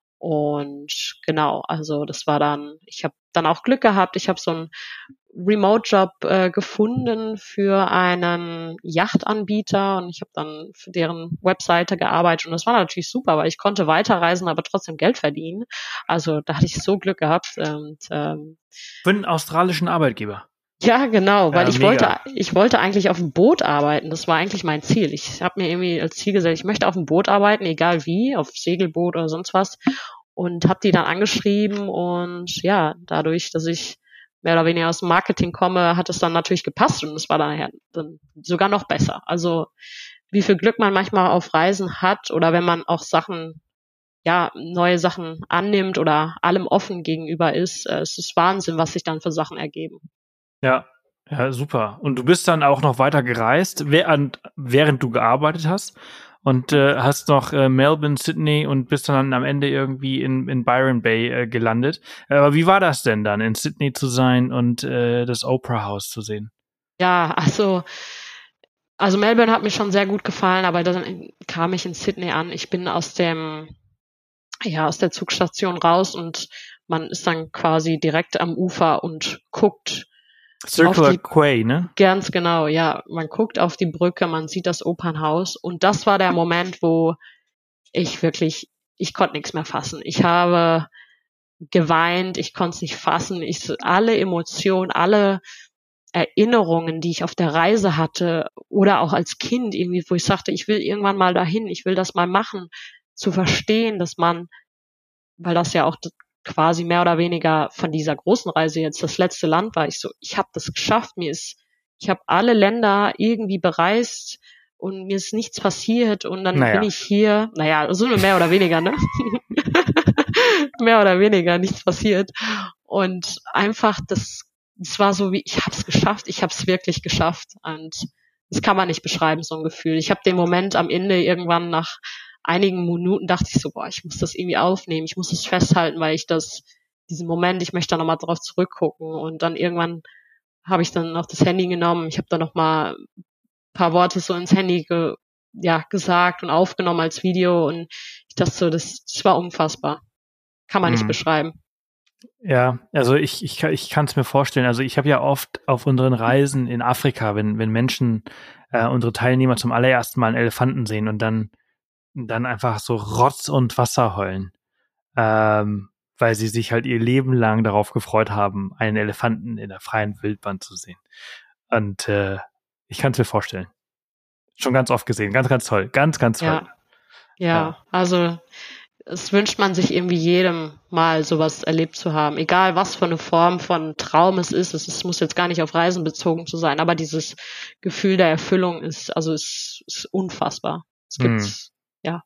Und genau, also das war dann, ich habe dann auch Glück gehabt, ich habe so einen Remote-Job äh, gefunden für einen Yachtanbieter und ich habe dann für deren Webseite gearbeitet und das war natürlich super, weil ich konnte weiterreisen, aber trotzdem Geld verdienen. Also da hatte ich so Glück gehabt. Und, ähm, Für einen australischen Arbeitgeber. ja, genau, weil Ja, ich mega. wollte, ich wollte eigentlich auf dem Boot arbeiten. Das war eigentlich mein Ziel. Ich habe mir irgendwie als Ziel gesetzt, ich möchte auf dem Boot arbeiten, egal wie, auf Segelboot oder sonst was. Und habe die dann angeschrieben und ja, dadurch, dass ich mehr oder weniger aus dem Marketing komme, hat es dann natürlich gepasst und es war dann, ja, dann sogar noch besser. Also wie viel Glück man manchmal auf Reisen hat oder wenn man auch Sachen, ja, neue Sachen annimmt oder allem offen gegenüber ist, äh, es ist Wahnsinn, was sich dann für Sachen ergeben. Ja, ja, super. Und du bist dann auch noch weiter gereist, während, während du gearbeitet hast und äh, hast noch äh, Melbourne, Sydney und bist dann am Ende irgendwie in, in Byron Bay äh, gelandet. Aber wie war das denn dann, in Sydney zu sein und äh, das Opera House zu sehen? Ja, also, also Melbourne hat mir schon sehr gut gefallen, aber dann kam ich in Sydney an. Ich bin aus dem, ja, aus der Zugstation raus und man ist dann quasi direkt am Ufer und guckt Circular die, Quay, ne? Ganz genau, ja. Man guckt auf die Brücke, man sieht das Opernhaus und das war der Moment, wo ich wirklich, ich konnte nichts mehr fassen. Ich habe geweint, ich konnte es nicht fassen. Ich, alle Emotionen, alle Erinnerungen, die ich auf der Reise hatte oder auch als Kind irgendwie, wo ich sagte, ich will irgendwann mal dahin, ich will das mal machen, zu verstehen, dass man, weil das ja auch quasi mehr oder weniger von dieser großen Reise jetzt das letzte Land war, ich so, ich habe das geschafft, mir ist, ich habe alle Länder irgendwie bereist und mir ist nichts passiert und dann Naja. bin ich hier, naja, so mehr oder weniger, ne? mehr oder weniger nichts passiert und einfach das, das war so wie, ich habe es geschafft, ich habe es wirklich geschafft und das kann man nicht beschreiben, so ein Gefühl. Ich habe den Moment am Ende irgendwann nach einigen Minuten dachte ich so, boah, ich muss das irgendwie aufnehmen, ich muss es festhalten, weil ich das, diesen Moment, ich möchte da nochmal drauf zurückgucken und dann irgendwann habe ich dann noch das Handy genommen, ich habe dann nochmal ein paar Worte so ins Handy ge, ja, gesagt und aufgenommen als Video und ich dachte so, das, das war unfassbar. Kann man Mhm. nicht beschreiben. Ja, also ich, ich, ich kann es mir vorstellen. Also ich habe ja oft auf unseren Reisen in Afrika, wenn, wenn Menschen, äh, unsere Teilnehmer zum allerersten Mal einen Elefanten sehen und dann dann einfach so Rotz und Wasser heulen, ähm, weil sie sich halt ihr Leben lang darauf gefreut haben, einen Elefanten in der freien Wildbahn zu sehen. Und äh, ich kann es mir vorstellen. Schon ganz oft gesehen. Ganz, ganz toll. Ganz, ganz toll. Ja, ja, Ja. also es wünscht man sich irgendwie jedem mal sowas erlebt zu haben. Egal was für eine Form von Traum es ist. Es, es muss jetzt gar nicht auf Reisen bezogen zu sein, aber dieses Gefühl der Erfüllung ist, also es ist unfassbar. Es gibt, Hm. ja.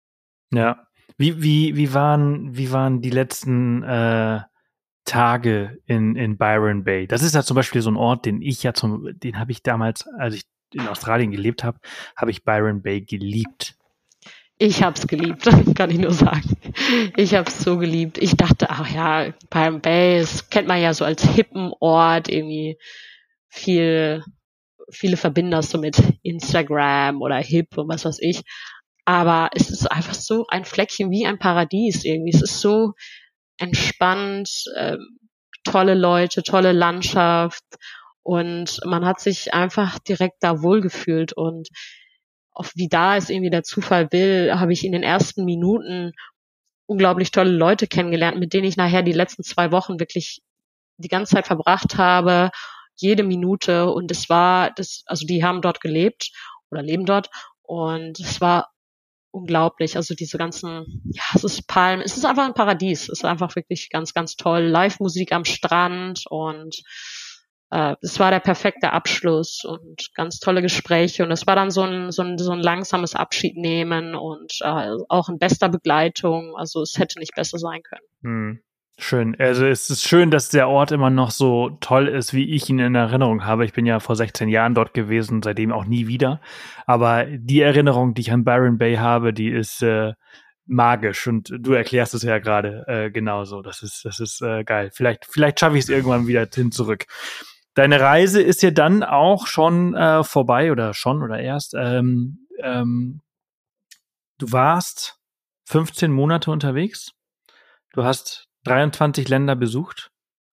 Ja. Wie, wie, wie waren, wie waren die letzten äh, Tage in, in Byron Bay? Das ist ja zum Beispiel so ein Ort, den ich ja zum, den habe ich damals, als ich in Australien gelebt habe, habe ich Byron Bay geliebt. Ich hab's geliebt, kann ich nur sagen. Ich hab's so geliebt. Ich dachte, ach ja, Byron Bay, das kennt man ja so als hippen Ort, irgendwie viel, viele verbinden das so mit Instagram oder hip und was weiß ich. Aber es ist einfach so ein Fleckchen wie ein Paradies irgendwie. Es ist so entspannt, ähm, tolle Leute, tolle Landschaft und man hat sich einfach direkt da wohlgefühlt und auch wie da es irgendwie der Zufall will, habe ich in den ersten Minuten unglaublich tolle Leute kennengelernt, mit denen ich nachher die letzten zwei Wochen wirklich die ganze Zeit verbracht habe, jede Minute und es war, das, also die haben dort gelebt oder leben dort und es war unglaublich. Also diese ganzen, ja, es ist Palmen, es ist einfach ein Paradies. Es ist einfach wirklich ganz, ganz toll. Live-Musik am Strand und äh, es war der perfekte Abschluss und ganz tolle Gespräche. Und es war dann so ein, so ein, so ein langsames Abschiednehmen und äh, auch in bester Begleitung. Also es hätte nicht besser sein können. Hm. Schön. Also es ist schön, dass der Ort immer noch so toll ist, wie ich ihn in Erinnerung habe. Ich bin ja vor sechzehn Jahren dort gewesen, seitdem auch nie wieder. Aber die Erinnerung, die ich an Byron Bay habe, die ist äh, magisch. Und du erklärst es ja gerade äh, genauso. Das ist, das ist äh, geil. Vielleicht, vielleicht schaffe ich es irgendwann wieder hin zurück. Deine Reise ist ja dann auch schon äh, vorbei oder schon oder erst. Ähm, ähm, du warst fünfzehn Monate unterwegs. Du hast dreiundzwanzig Länder besucht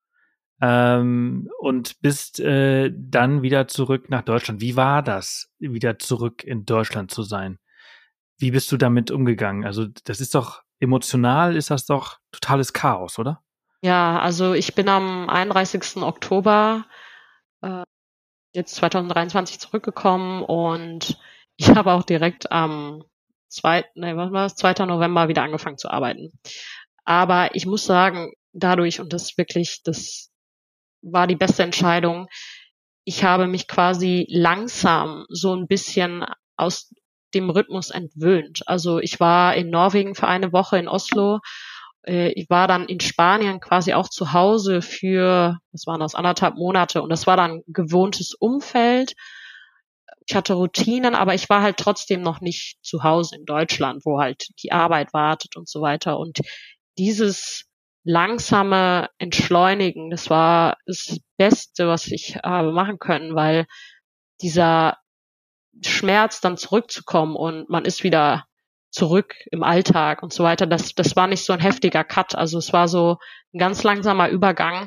ähm, und bist äh, dann wieder zurück nach Deutschland. Wie war das, wieder zurück in Deutschland zu sein? Wie bist du damit umgegangen? Also das ist doch, emotional ist das doch totales Chaos, oder? Ja, also ich bin am einunddreißigsten Oktober äh, jetzt zwanzig dreiundzwanzig zurückgekommen und ich habe auch direkt am zweiten, nee, was war das, zweiten November wieder angefangen zu arbeiten. Aber ich muss sagen, dadurch, und das wirklich, das war die beste Entscheidung, ich habe mich quasi langsam so ein bisschen aus dem Rhythmus entwöhnt. Also ich war in Norwegen für eine Woche in Oslo. Ich war dann in Spanien quasi auch zu Hause für, was waren das, anderthalb Monate. Und das war dann gewohntes Umfeld. Ich hatte Routinen, aber ich war halt trotzdem noch nicht zu Hause in Deutschland, wo halt die Arbeit wartet und so weiter. Und dieses langsame Entschleunigen, das war das Beste, was ich habe machen können, weil dieser Schmerz, dann zurückzukommen und man ist wieder zurück im Alltag und so weiter, das, das war nicht so ein heftiger Cut. Also es war so ein ganz langsamer Übergang,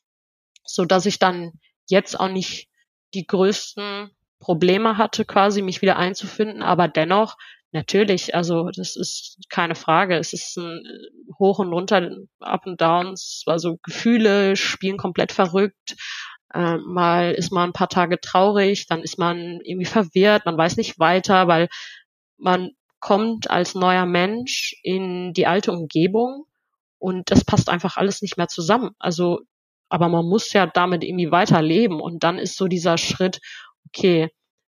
so dass ich dann jetzt auch nicht die größten Probleme hatte, quasi mich wieder einzufinden, aber dennoch, natürlich, also das ist keine Frage, es ist ein Hoch und Runter, Up und Downs, also Gefühle spielen komplett verrückt, äh, mal ist man ein paar Tage traurig, dann ist man irgendwie verwirrt, man weiß nicht weiter, weil man kommt als neuer Mensch in die alte Umgebung und das passt einfach alles nicht mehr zusammen, also aber man muss ja damit irgendwie weiterleben und dann ist so dieser Schritt, okay,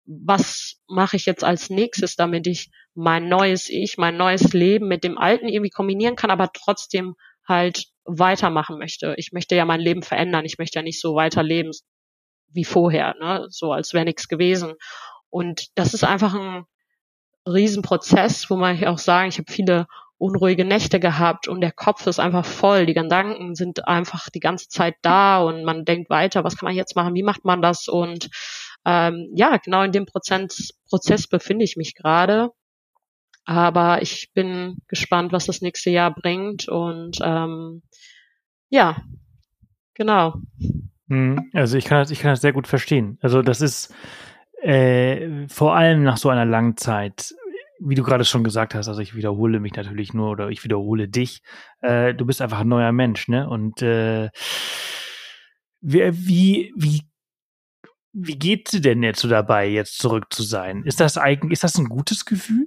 was mache ich jetzt als nächstes, damit ich mein neues Ich, mein neues Leben mit dem Alten irgendwie kombinieren kann, aber trotzdem halt weitermachen möchte. Ich möchte ja mein Leben verändern. Ich möchte ja nicht so weiterleben wie vorher, ne? So als wäre nichts gewesen. Und das ist einfach ein Riesenprozess, wo man auch sagen, ich habe viele unruhige Nächte gehabt und der Kopf ist einfach voll. Die Gedanken sind einfach die ganze Zeit da und man denkt weiter, was kann man jetzt machen, wie macht man das? Und ähm, ja, genau in dem Prozent, Prozess befinde ich mich gerade. Aber ich bin gespannt, was das nächste Jahr bringt. Und ähm, ja, genau. Also ich kann das, ich kann das sehr gut verstehen. Also das ist äh, vor allem nach so einer langen Zeit, wie du gerade schon gesagt hast, also ich wiederhole mich natürlich nur oder ich wiederhole dich, äh, du bist einfach ein neuer Mensch, ne? Und äh, wie, wie, wie, wie geht's dir denn jetzt so dabei, jetzt zurück zu sein? Ist das eigentlich, ist das ein gutes Gefühl?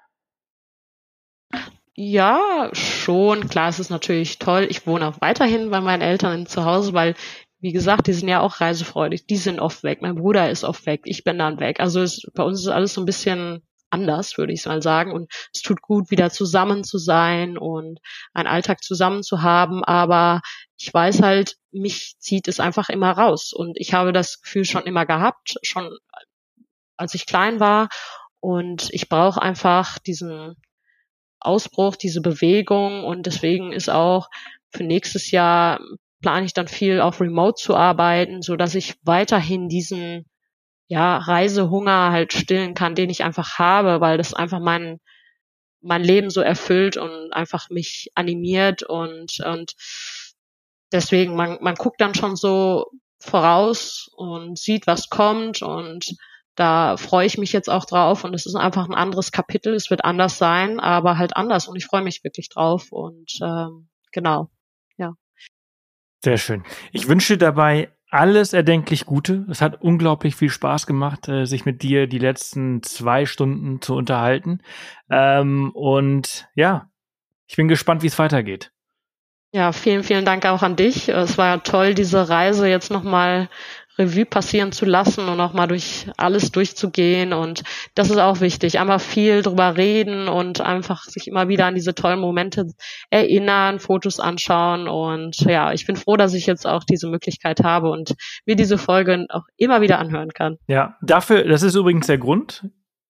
Ja, schon. Klar, es ist natürlich toll. Ich wohne auch weiterhin bei meinen Eltern zu Hause, weil, wie gesagt, die sind ja auch reisefreudig. Die sind oft weg. Mein Bruder ist oft weg. Ich bin dann weg. Also es, bei uns ist alles so ein bisschen anders, würde ich mal sagen. Und es tut gut, wieder zusammen zu sein und einen Alltag zusammen zu haben. Aber ich weiß halt, mich zieht es einfach immer raus. Und ich habe das Gefühl schon immer gehabt, schon als ich klein war. Und ich brauche einfach diesen Ausbruch, diese Bewegung. Und deswegen ist auch für nächstes Jahr plane ich dann viel auf Remote zu arbeiten, so dass ich weiterhin diesen ja, Reisehunger halt stillen kann, den ich einfach habe, weil das einfach mein, mein Leben so erfüllt und einfach mich animiert und, und deswegen, man, man guckt dann schon so voraus und sieht, was kommt und da freue ich mich jetzt auch drauf und es ist einfach ein anderes Kapitel, es wird anders sein, aber halt anders und ich freue mich wirklich drauf und ähm, genau, ja. Sehr schön. Ich wünsche dir dabei alles erdenklich Gute. Es hat unglaublich viel Spaß gemacht, äh, sich mit dir die letzten zwei Stunden zu unterhalten. Ähm, und ja, ich bin gespannt, wie es weitergeht. Ja, vielen, vielen Dank auch an dich. Es war ja toll, diese Reise jetzt nochmal Revue passieren zu lassen und nochmal durch alles durchzugehen. Und das ist auch wichtig. Einfach viel drüber reden und einfach sich immer wieder an diese tollen Momente erinnern, Fotos anschauen. Und ja, ich bin froh, dass ich jetzt auch diese Möglichkeit habe und mir diese Folge auch immer wieder anhören kann. Ja, dafür, das ist übrigens der Grund.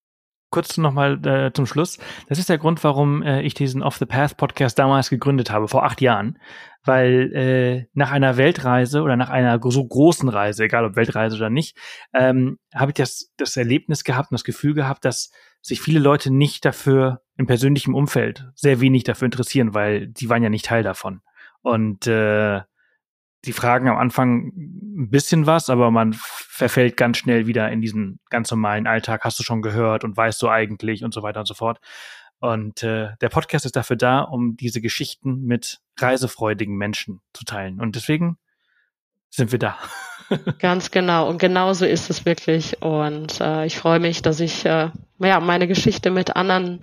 Kurz nochmal äh, zum Schluss. Das ist der Grund, warum äh, ich diesen Off the Path Podcast damals gegründet habe, vor acht Jahren. Weil äh, nach einer Weltreise oder nach einer so großen Reise, egal ob Weltreise oder nicht, ähm, habe ich das, das Erlebnis gehabt und das Gefühl gehabt, dass sich viele Leute nicht dafür im persönlichen Umfeld sehr wenig dafür interessieren, weil die waren ja nicht Teil davon. Und äh, die fragen am Anfang ein bisschen was, aber man verfällt ganz schnell wieder in diesen ganz normalen Alltag. Hast du schon gehört und weißt du eigentlich und so weiter und so fort. Und äh, der Podcast ist dafür da, um diese Geschichten mit reisefreudigen Menschen zu teilen. Und deswegen sind wir da. Ganz genau. Und genau so ist es wirklich. Und äh, ich freue mich, dass ich äh, ja, meine Geschichte mit anderen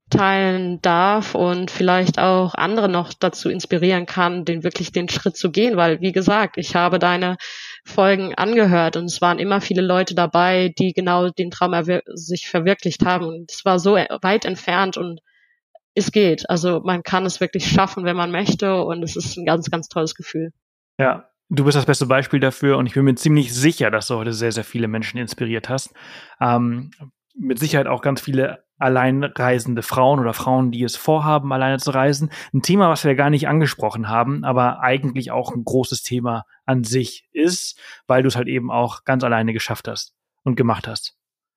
teilen darf und vielleicht auch andere noch dazu inspirieren kann, den wirklich den Schritt zu gehen, weil, wie gesagt, ich habe deine Folgen angehört und es waren immer viele Leute dabei, die genau den Traum erwir- sich verwirklicht haben und es war so weit entfernt und es geht. Also man kann es wirklich schaffen, wenn man möchte und es ist ein ganz, ganz tolles Gefühl. Ja, du bist das beste Beispiel dafür und ich bin mir ziemlich sicher, dass du heute sehr, sehr viele Menschen inspiriert hast. Ähm, mit Sicherheit auch ganz viele alleinreisende Frauen oder Frauen, die es vorhaben, alleine zu reisen. Ein Thema, was wir gar nicht angesprochen haben, aber eigentlich auch ein großes Thema an sich ist, weil du es halt eben auch ganz alleine geschafft hast und gemacht hast.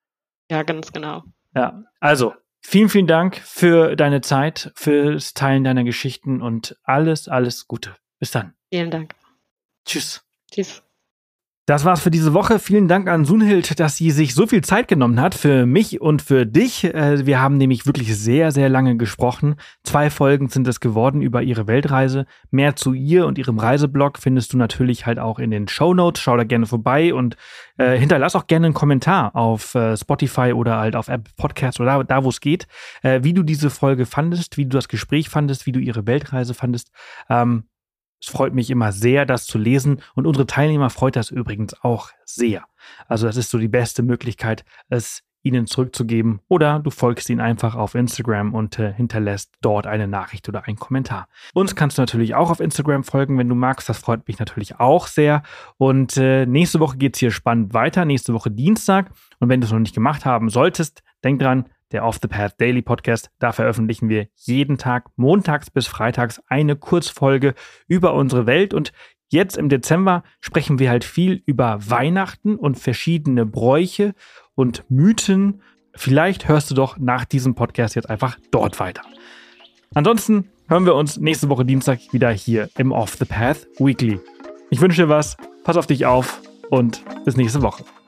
Ja, ganz genau. Ja, also vielen, vielen Dank für deine Zeit, fürs Teilen deiner Geschichten und alles, alles Gute. Bis dann. Vielen Dank. Tschüss. Tschüss. Das war's für diese Woche. Vielen Dank an Sunhild, dass sie sich so viel Zeit genommen hat für mich und für dich. Wir haben nämlich wirklich sehr, sehr lange gesprochen. Zwei Folgen sind es geworden über ihre Weltreise. Mehr zu ihr und ihrem Reiseblog findest du natürlich halt auch in den Shownotes. Schau da gerne vorbei und äh, hinterlass auch gerne einen Kommentar auf äh, Spotify oder halt auf Apple Podcasts oder da, da wo es geht, äh, wie du diese Folge fandest, wie du das Gespräch fandest, wie du ihre Weltreise fandest. Ähm, Es freut mich immer sehr, das zu lesen und unsere Teilnehmer freut das übrigens auch sehr. Also das ist so die beste Möglichkeit, es ihnen zurückzugeben oder du folgst ihnen einfach auf Instagram und äh, hinterlässt dort eine Nachricht oder einen Kommentar. Uns kannst du natürlich auch auf Instagram folgen, wenn du magst. Das freut mich natürlich auch sehr. Und äh, nächste Woche geht's hier spannend weiter. Nächste Woche Dienstag. Und wenn du es noch nicht gemacht haben solltest, denk dran, der Off the Path Daily Podcast, da veröffentlichen wir jeden Tag, montags bis freitags, eine Kurzfolge über unsere Welt. Und jetzt im Dezember sprechen wir halt viel über Weihnachten und verschiedene Bräuche und Mythen. Vielleicht hörst du doch nach diesem Podcast jetzt einfach dort weiter. Ansonsten hören wir uns nächste Woche Dienstag wieder hier im Off the Path Weekly. Ich wünsche dir was, pass auf dich auf und bis nächste Woche.